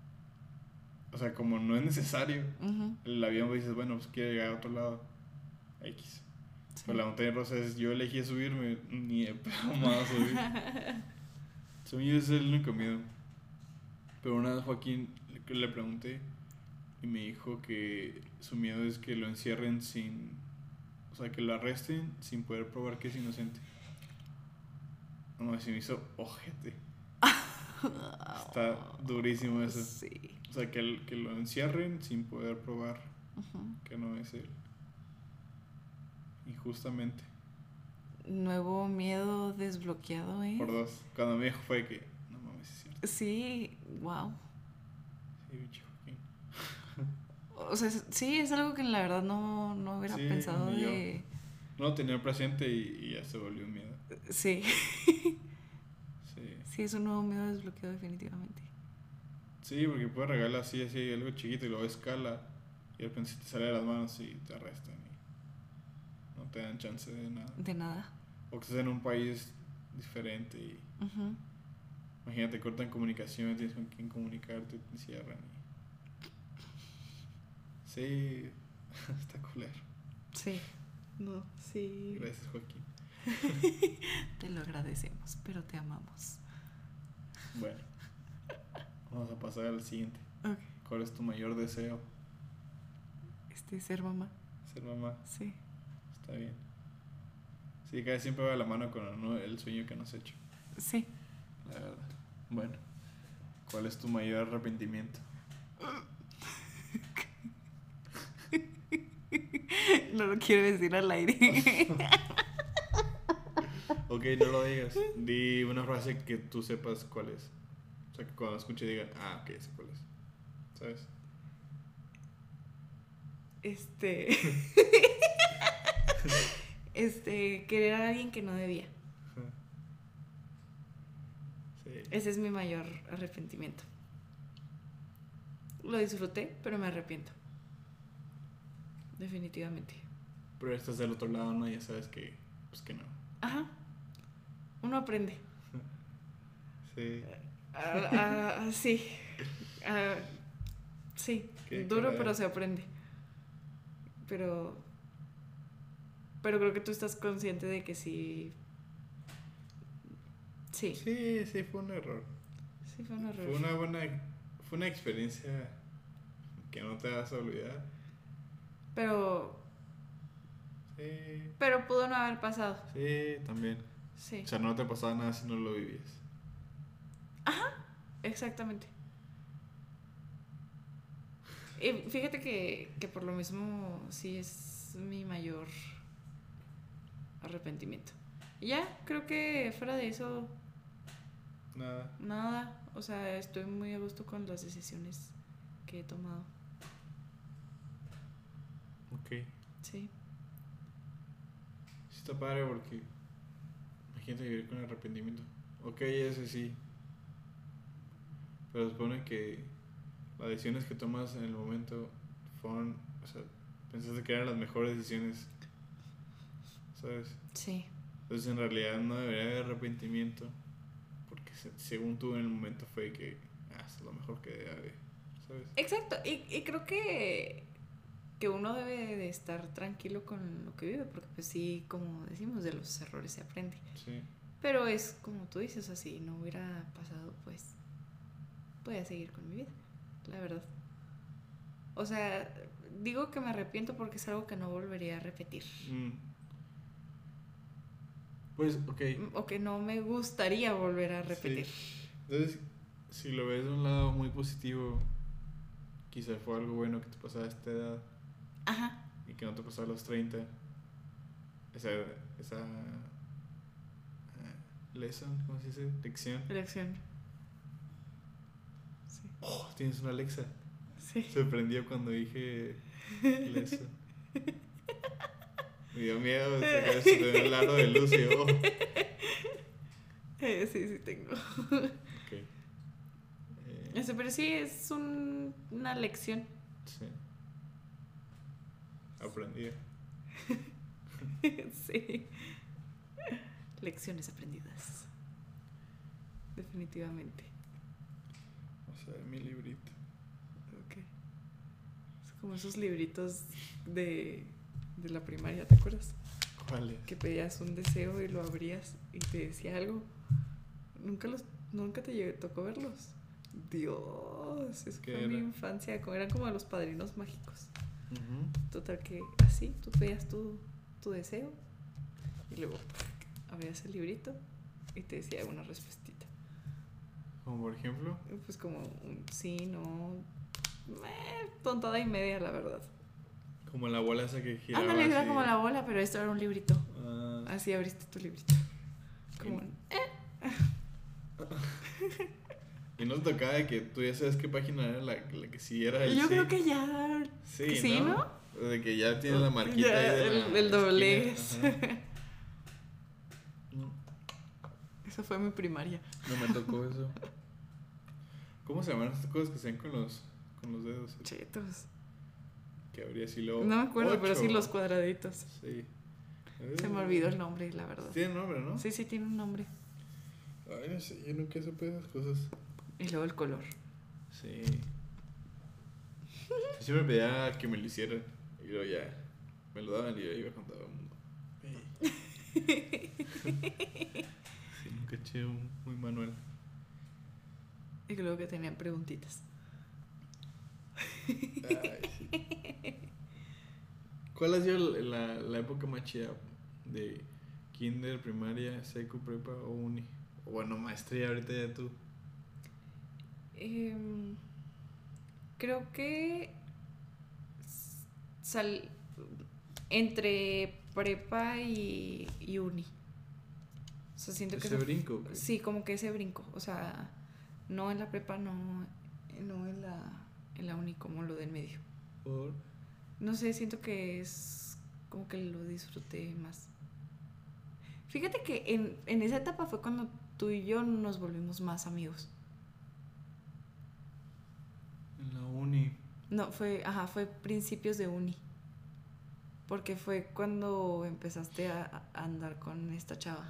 o sea, como no es necesario, el avión dices, bueno, pues quiere llegar a otro lado, X. Sí. Pero la montaña rusa es, yo elegí subirme, ni de pedo me voy a subir. Según yo ese es el único miedo. Pero una vez Joaquín le pregunté y me dijo que su miedo es que lo encierren o sea, que lo arresten sin poder probar que es inocente. No, se me hizo ojete. Está durísimo eso. Sí. O sea, que lo encierren sin poder probar que no es él. Injustamente. Nuevo miedo desbloqueado, Por 2. Cuando me dijo fue que, no mames, es cierto. Sí, wow. Sí, bicho. O sea, sí, es algo que la verdad no hubiera pensado de... No lo tenía presente y ya se volvió un miedo. Sí. Sí. Sí, es un nuevo miedo desbloqueado definitivamente. Sí, porque puedes regalar así algo chiquito y luego escala y de repente se te sale de las manos y te arrestan y no te dan chance de nada. De nada. O que estés en un país diferente y Imagínate, cortan comunicación, tienes con quién comunicarte, te cierran. Sí, está culero. Sí. No, sí. Gracias, Joaquín. Te lo agradecemos, pero te amamos. Bueno, vamos a pasar al siguiente. Ok. ¿Cuál es tu mayor deseo? Ser mamá. Ser mamá. Sí. Está bien. Sí, casi siempre va de la mano con el sueño que nos has hecho. Sí. La verdad. Bueno, ¿cuál es tu mayor arrepentimiento? No lo quiero decir al aire. Ok, no lo digas. Di una frase que tú sepas cuál es. O sea, que cuando escuche digan, ok, sé cuál es. ¿Sabes? Querer a alguien que no debía. Sí. Ese es mi mayor arrepentimiento. Lo disfruté, pero me arrepiento. Definitivamente. Pero estás del otro lado, ¿no? Ya sabes que, pues que no. Ajá. Uno aprende. Sí. Sí. Sí. Duro, caray. pero se aprende. Pero creo que tú estás consciente de que sí. Sí. Sí, fue un error. Sí, fue un error. Fue una experiencia que no te vas a olvidar. Pero Sí. Pero pudo no haber pasado. Sí, también. Sí. O sea, no te pasaba nada si no lo vivías. Exactamente. Y fíjate que por lo mismo sí es mi mayor arrepentimiento. Y ya, creo que fuera de eso, nada. O sea, estoy muy a gusto con las decisiones que he tomado. Ok. Sí. Sí está padre porque imagínate vivir con arrepentimiento. Ok, ese sí. Pero supone que las decisiones que tomas en el momento fueron, o sea, pensaste que eran las mejores decisiones, ¿sabes? Sí. Entonces en realidad no debería haber arrepentimiento porque según tú en el momento fue que es lo mejor que debe haber, ¿sabes? Exacto. Y creo que uno debe de estar tranquilo con lo que vive, porque pues sí, como decimos, de los errores se aprende. Sí. Pero es como tú dices, o sea, si no hubiera pasado, pues podía seguir con mi vida, la verdad. O sea, digo que me arrepiento porque es algo que no volvería a repetir. Pues, ok. O que no me gustaría volver a repetir. Sí. Entonces, si lo ves de un lado muy positivo, quizá fue algo bueno que te pasara a esta edad. Ajá. Y que no te pasara a los 30. Esa lesson, ¿cómo se dice? Lección. Sí. Oh, tienes una Alexa. Sí. Se prendió cuando dije lesson. Me dio miedo, se ve el aro de luz y yo. Sí tengo. Ok. Pero sí es una lección. Sí. Aprendí. Sí. Lecciones aprendidas. Definitivamente. O sea, mi librito. Ok. Es como esos libritos de la primaria, ¿te acuerdas? ¿Cuál es? Que pedías un deseo y lo abrías y te decía algo. Nunca te tocó verlos. Dios, eso fue mi infancia. Eran como los padrinos mágicos. Total que así, tú pedías tu deseo y luego abrías el librito y te decía una respuestita. ¿Como por ejemplo? Pues como un sí, no, tontada y media, la verdad. Como la bola esa que giraba. Ándale, era como la bola, pero esto era un librito. Así abriste tu librito. Como Y no te tocaba de que tú ya sabes qué página era la que sí era el Yo creo que ya. Sí, que sí, ¿no? De que ya tienes la marquita ya, ahí de el doblez. No. Eso fue mi primaria. No me tocó eso. ¿Cómo se llaman estas cosas que se ven con los dedos? Chetos. Que habría así luego. No me acuerdo, pero sí los cuadraditos. Sí. Se me olvidó el nombre, la verdad. Tiene nombre, ¿no? Sí, tiene un nombre. Ay, no sé, yo nunca supe esas cosas. Y luego el color. Sí. Yo siempre pedía que me lo hicieran. Y luego ya me lo daban y yo iba con todo el mundo. Sí, nunca eché muy manual. Y luego que tenían preguntitas. Ay, sí. ¿Cuál ha sido la época más chida de kinder, primaria, secu, prepa o uni? O bueno, maestría ahorita ya tú. Creo que sal entre prepa y uni. O sea, siento que ¿Ese brinco? ¿Okay? sí, como que ese brinco. O sea, no en la prepa, no en la uni, como lo del medio. ¿Por? No sé, siento que es como que lo disfruté más. Fíjate que en esa etapa fue cuando tú y yo nos volvimos más amigos. En la uni. No, fue principios de uni. Porque fue cuando empezaste a andar con esta chava.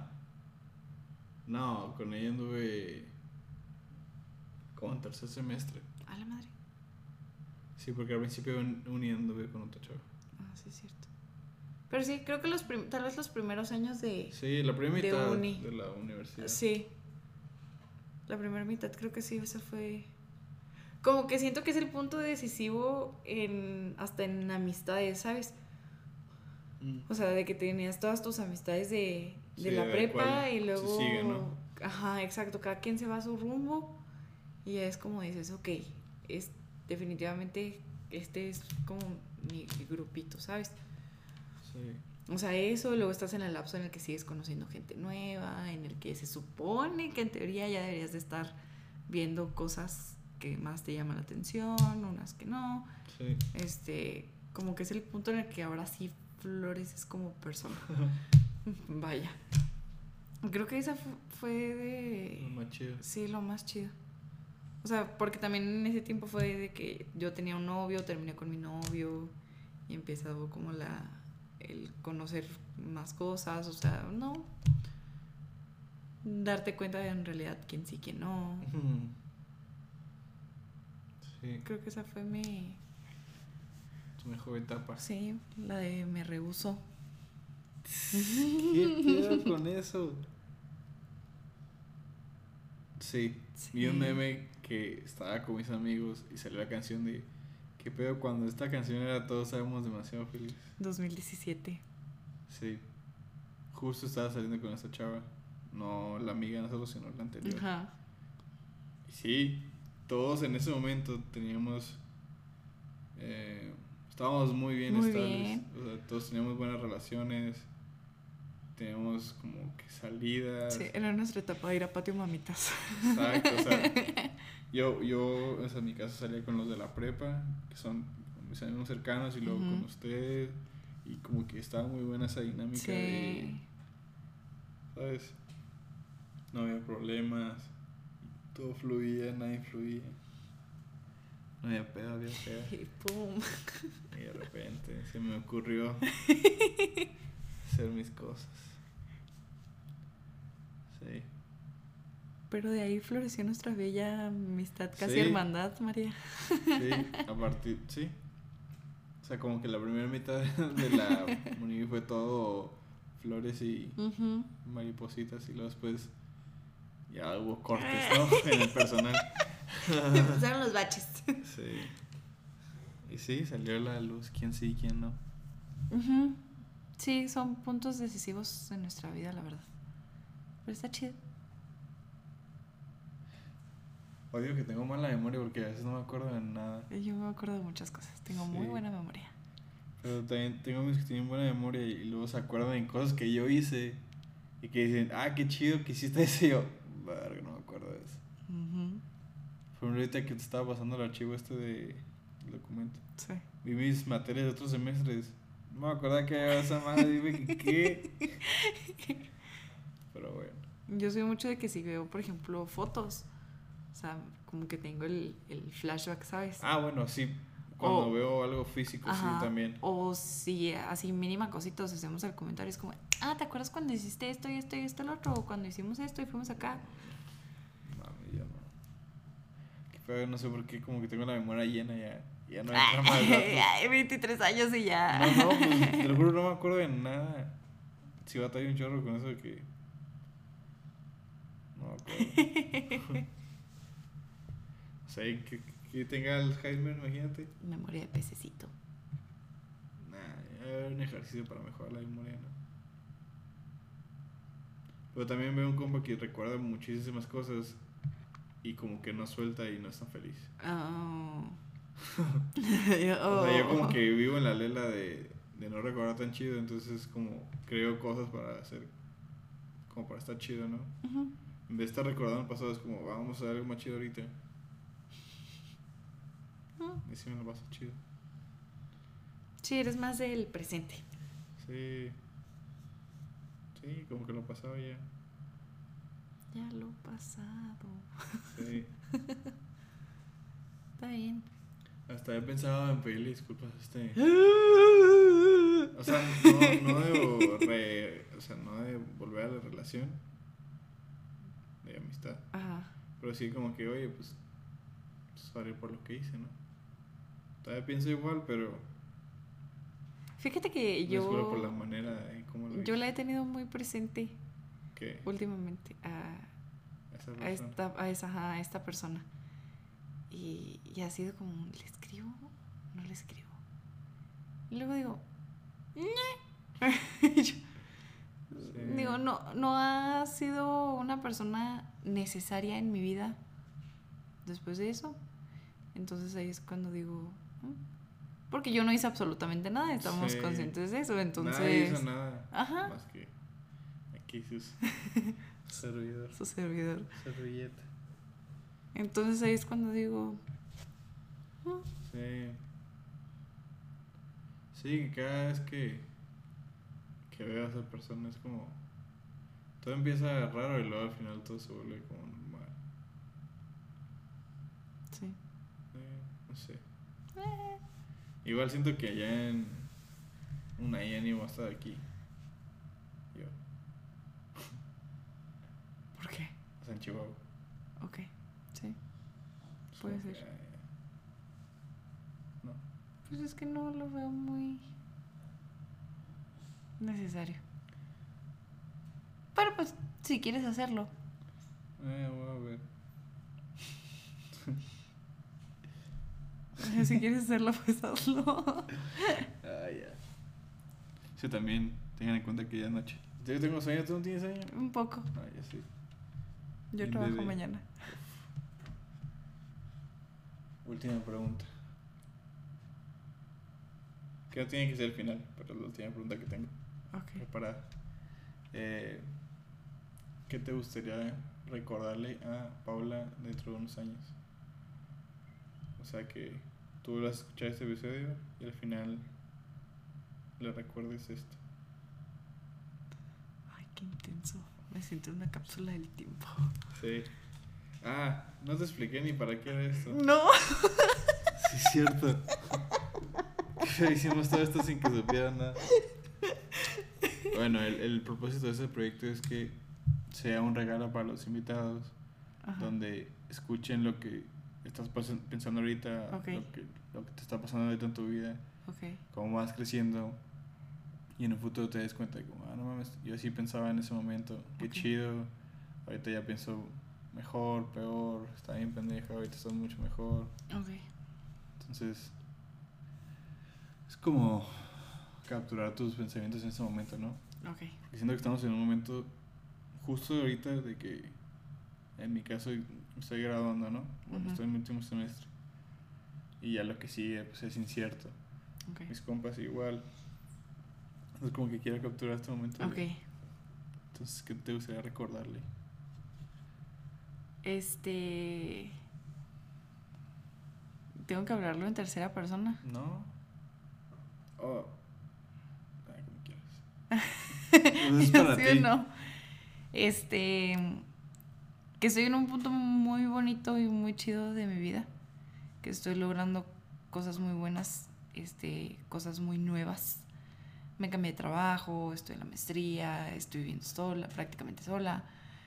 No, con ella anduve como en tercer semestre. A la madre. Sí, porque al principio de uni anduve con otra chava. Ah, sí, es cierto. Pero sí, creo que tal vez los primeros años de... Sí, la primera de mitad uni. de la universidad. Sí. La primera mitad creo que sí, esa fue... Como que siento que es el punto decisivo hasta en amistades, ¿sabes? O sea, de que tenías todas tus amistades de Sí, la prepa y luego... se sigue, ¿no? Ajá, exacto. Cada quien se va a su rumbo y ya es como dices, ok, definitivamente este es como mi grupito, ¿sabes? Sí. O sea, eso, luego estás en el lapso en el que sigues conociendo gente nueva, en el que se supone que en teoría ya deberías de estar viendo cosas que más te llaman la atención, unas que no. Sí. Como que es el punto en el que ahora sí floreces como persona. Vaya. Creo que esa fue de... Lo más chido. Sí, lo más chido. O sea, porque también en ese tiempo fue de que yo tenía un novio, terminé con mi novio y empezó como el conocer más cosas, o sea, no darte cuenta de en realidad quién sí, quién no. Sí. Creo que esa fue Tu mejor etapa. Sí, la de me rehusó. ¿Qué pedo con eso? Sí. Vi un meme que estaba con mis amigos y salió la canción de ¿qué pedo cuando esta canción era Todos Sabemos Demasiado Feliz? 2017. Sí. Justo estaba saliendo con esta chava. No la amiga de nosotros, sino la anterior. Ajá. Y sí, todos en ese momento teníamos... estábamos muy bien estables. O sea, todos teníamos buenas relaciones. Teníamos como que salidas. Sí, era nuestra etapa de ir a patio mamitas. Exacto, o sea, yo o sea, en mi caso salía con los de la prepa, que son mis amigos cercanos, y luego con ustedes, y como que estaba muy buena esa dinámica de, ¿sabes? No había problemas, todo fluía, nada influía. No había pedo, había pedo. Y pum. Y de repente se me ocurrió hacer mis cosas. Sí. Pero de ahí floreció nuestra bella amistad, casi Sí. hermandad, María. Sí, a partir, sí. O sea, como que la primera mitad de la uni fue todo flores y maripositas, y luego después ya hubo cortes, ¿no? En el personal. Empezaron los baches. Sí. Y sí, salió la luz, quién sí y quién no. Sí, son puntos decisivos en nuestra vida, la verdad. Pero está chido. Odio que tengo mala memoria porque a veces no me acuerdo de nada. Yo me acuerdo de muchas cosas. Tengo muy buena memoria. Pero también tengo amigos que tienen buena memoria y luego se acuerdan en cosas que yo hice y que dicen, ah, qué chido que hiciste eso. Y yo, verga, no me acuerdo de eso. Fue ahorita que te estaba pasando el archivo del documento. Sí. Vi mis materias de otros semestres. No me acuerdo que había esa madre. Dime qué. Pero bueno. Yo soy mucho de que si veo, por ejemplo, fotos, o sea, como que tengo el flashback, ¿sabes? Ah, bueno, sí. cuando veo algo físico, ajá, sí, también. O si así mínima cositos hacemos el comentario, es como, ¿te acuerdas cuando hiciste esto y esto y esto lo otro? O cuando hicimos esto y fuimos acá. Mami, ya no. Pero no sé por qué, como que tengo la memoria llena ya. Ya no entra más datos. Ay, 23 años y ya. No, pues te lo juro, no me acuerdo de nada. Si batalla un chorro con eso de que. No me acuerdo. O sea, que tenga Alzheimer, imagínate. Memoria de pececito. Nah, un ejercicio para mejorar la memoria, ¿no? Pero también veo un compa que recuerda muchísimas cosas y como que no suelta y no está feliz. Oh. O sea, yo como que vivo en la lela de no recordar tan chido, entonces como creo cosas para hacer, como para estar chido, ¿no? Uh-huh. En vez de estar recordando el pasado, es como, vamos a hacer algo más chido ahorita. Y sí me lo paso chido. Sí, eres más del presente. Sí. Sí, como que lo pasado ya. Ya lo pasado. Sí. Está bien. Hasta he pensado en pedirle disculpas a este. O O sea, no de volver a la relación de amistad. Ajá. Pero sí como que, oye, pues sorry por lo que hice, ¿no? Todavía pienso igual, pero Fíjate que no es solo por la manera en cómo lo hice. yo la he tenido muy presente. ¿Qué? Últimamente a esta persona. Y ha sido como, ¿le escribo? No le escribo. Y luego digo, Sí. digo, no ha sido una persona necesaria en mi vida después de eso. Entonces ahí es cuando digo, porque yo no hice absolutamente nada, estamos conscientes de eso. Entonces nadie hizo nada. Ajá. Más que aquí su servidor. Su servidor. Servilleta. Entonces ahí es cuando digo, Sí. Sí, cada vez que veo a esa persona es como. Todo empieza raro y luego al final todo se vuelve como normal. sí. No sé. Igual siento que allá en un año ni voy a estar aquí. Yo. ¿Por qué? O sea, en Chihuahua. Ok, sí. Puede Como que, ser. No. Pues es que no lo veo muy necesario. Pero pues, si quieres hacerlo. Voy a ver. Si quieres hacerlo, pues hazlo. Ya. Sí, también tengan en cuenta que ya es noche. Yo tengo sueño, ¿tú no tienes sueño? Un poco. Ya sí. Yo Bien, trabajo bebé. mañana. Última pregunta. Que no tiene que ser el final, pero es la última pregunta que tengo Ok. preparada. ¿Qué te gustaría recordarle a Paula dentro de unos años? O sea, que tú vas a escuchar este episodio y al final le recuerdes esto. Ay, qué intenso. Me siento en una cápsula del tiempo. Sí. No te expliqué ni para qué era esto. No. Sí, es cierto. Hicimos todo esto sin que supieran nada. Bueno, el propósito de ese proyecto es que sea un regalo para los invitados. Ajá. Donde escuchen lo que estás pensando ahorita, Okay. lo que te está pasando ahorita en tu vida, Ok. cómo vas creciendo y en un futuro te des cuenta de como, no mames, yo sí pensaba en ese momento, qué Ok. chido, ahorita ya pienso mejor, peor, está bien pendejo, ahorita estás mucho mejor. Ok. Entonces es como capturar tus pensamientos en ese momento, ¿no? Ok. Porque siento que estamos en un momento justo ahorita de que, en mi caso, estoy graduando, ¿no? Bueno, Ujú. estoy en mi último semestre. Y ya lo que sigue, pues es incierto. Ok. Mis compas igual. Entonces como que quiero capturar este momento. Ok. Entonces, ¿qué te gustaría recordarle? ¿Tengo que hablarlo en tercera persona? ¿No? Como quieras. Pues es para ¿Sí ti. o no? Que estoy en un punto muy bonito y muy chido de mi vida. Que estoy logrando cosas muy buenas, cosas muy nuevas. Me cambié de trabajo, estoy en la maestría, estoy viviendo sola, prácticamente sola.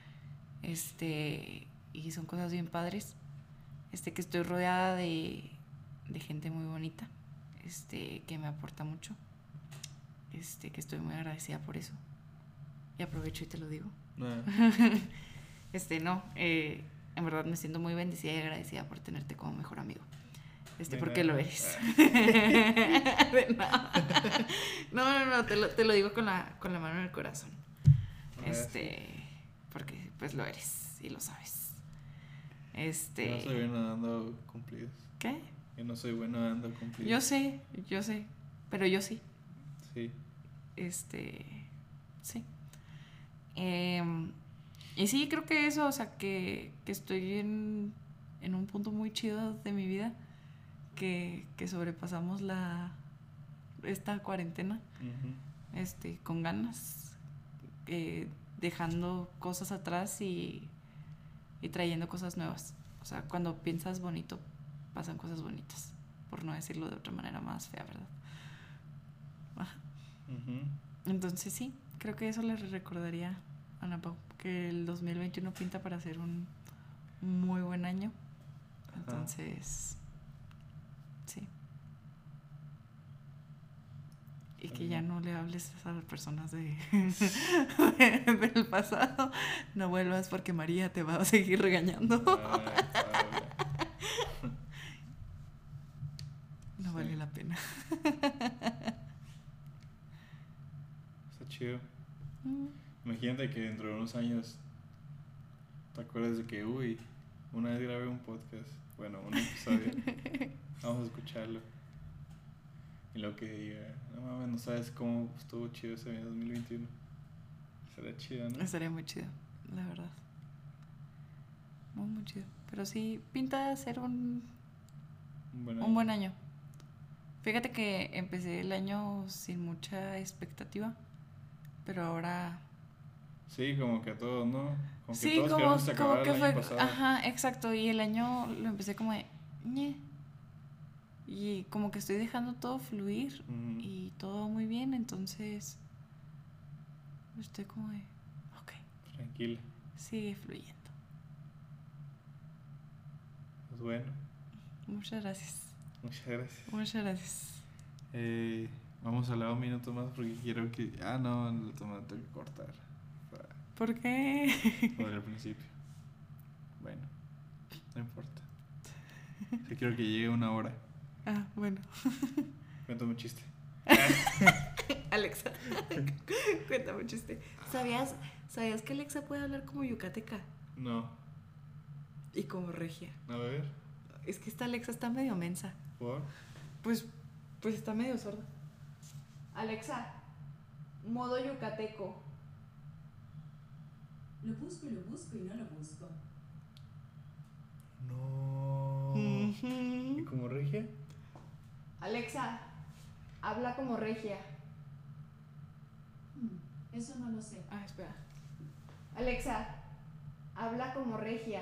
Y son cosas bien padres. Que estoy rodeada de gente muy bonita, que me aporta mucho. Que estoy muy agradecida por eso. Y aprovecho y te lo digo. En verdad me siento muy bendecida y agradecida por tenerte como mejor amigo. Porque lo eres. No, te lo digo con la mano en el corazón. Porque pues lo eres y lo sabes. Yo no soy bueno dando cumplidos. ¿Qué? Yo no soy bueno dando cumplidos. Yo sé, pero yo sí. Sí. Sí. Y sí, creo que eso, o sea, que estoy en un punto muy chido de mi vida, que sobrepasamos esta cuarentena, con ganas, dejando cosas atrás y trayendo cosas nuevas. O sea, cuando piensas bonito, pasan cosas bonitas, por no decirlo de otra manera más fea, ¿verdad? Ajá. Entonces sí, creo que eso le recordaría a Ana Pau, que el 2021 pinta para ser un muy buen año. Entonces, sí. Y que ya no le hables a las personas del pasado. No vuelvas porque María te va a seguir regañando. No sí. Vale la pena. Está chido. Imagínate que dentro de unos años te acuerdas de que, una vez grabé un podcast, bueno, un episodio, vamos a escucharlo. Y lo que diga, no mames, no sabes cómo estuvo chido ese año 2021. Sería chido, ¿no? Estaría muy chido, la verdad. Muy, muy chido. Pero sí, pinta ser un buen año. Fíjate que empecé el año sin mucha expectativa, pero ahora... Sí, como que a todos, ¿no? Como sí, que todos queríamos que se acabara el año pasado. Ajá, exacto. Y el año lo empecé como de... ñe. Y como que estoy dejando todo fluir y todo muy bien, entonces estoy como de... ok. Tranquila. Sigue fluyendo. Pues bueno. Muchas gracias. Muchas gracias. Muchas gracias. Vamos a hablar un minuto más porque quiero que... no, lo tengo que cortar. ¿Por qué? Por el principio. Bueno, no importa. Yo quiero que llegue 1 hora. Bueno. Cuéntame un chiste. Alexa, cuéntame un chiste. ¿Sabías que Alexa puede hablar como yucateca? No. Y como regia. A ver. Es que esta Alexa está medio mensa. ¿Por? Pues está medio sorda. Alexa, modo yucateco. Lo busco y no lo busco. No. ¿Y como regia? Alexa, habla como regia. Eso no lo sé. Espera. Alexa, habla como regia.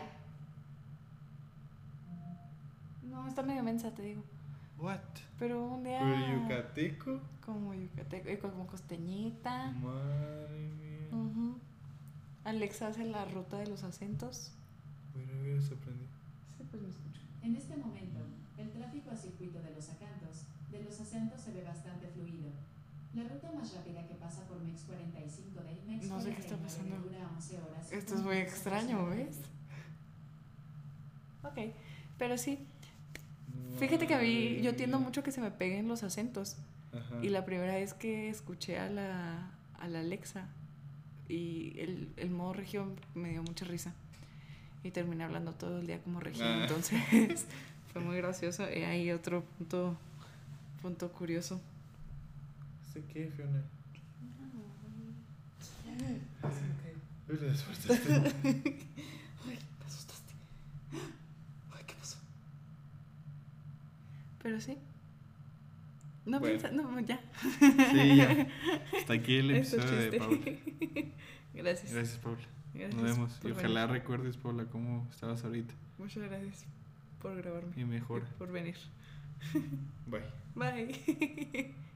No, está medio mensa, te digo. What? Pero un día... ¿Pero yucateco? Como yucateco, y como costeñita. Madre mía. Alexa hace la ruta de los acentos. Bueno, se aprendió. Sí, pues me escucho. En este momento, el tráfico a circuito de los acentos se ve bastante fluido. La ruta más rápida que pasa por MEX 45 del MEX no sé qué está pasando. Dura 11 horas. Esto es muy extraño, ¿ves? Ok, pero sí. Fíjate que yo tiendo mucho que se me peguen los acentos. Ajá. Y la primera vez que escuché a la Alexa y el modo regio me dio mucha risa. Y terminé hablando todo el día como regio. Entonces fue muy gracioso. Y hay otro punto curioso. ¿Sé qué, Fiona? Uy, te despertaste. Ay, me asustaste. Ay, ¿qué pasó? Pero sí. No, bueno. No, ya. Sí, ya. Hasta aquí el episodio de Paula. Gracias. Gracias, Paula. Gracias. Nos vemos. Y ojalá recuerdes, Paula, cómo estabas ahorita. Muchas gracias por grabarme. Y mejor. Por venir. Bye. Bye.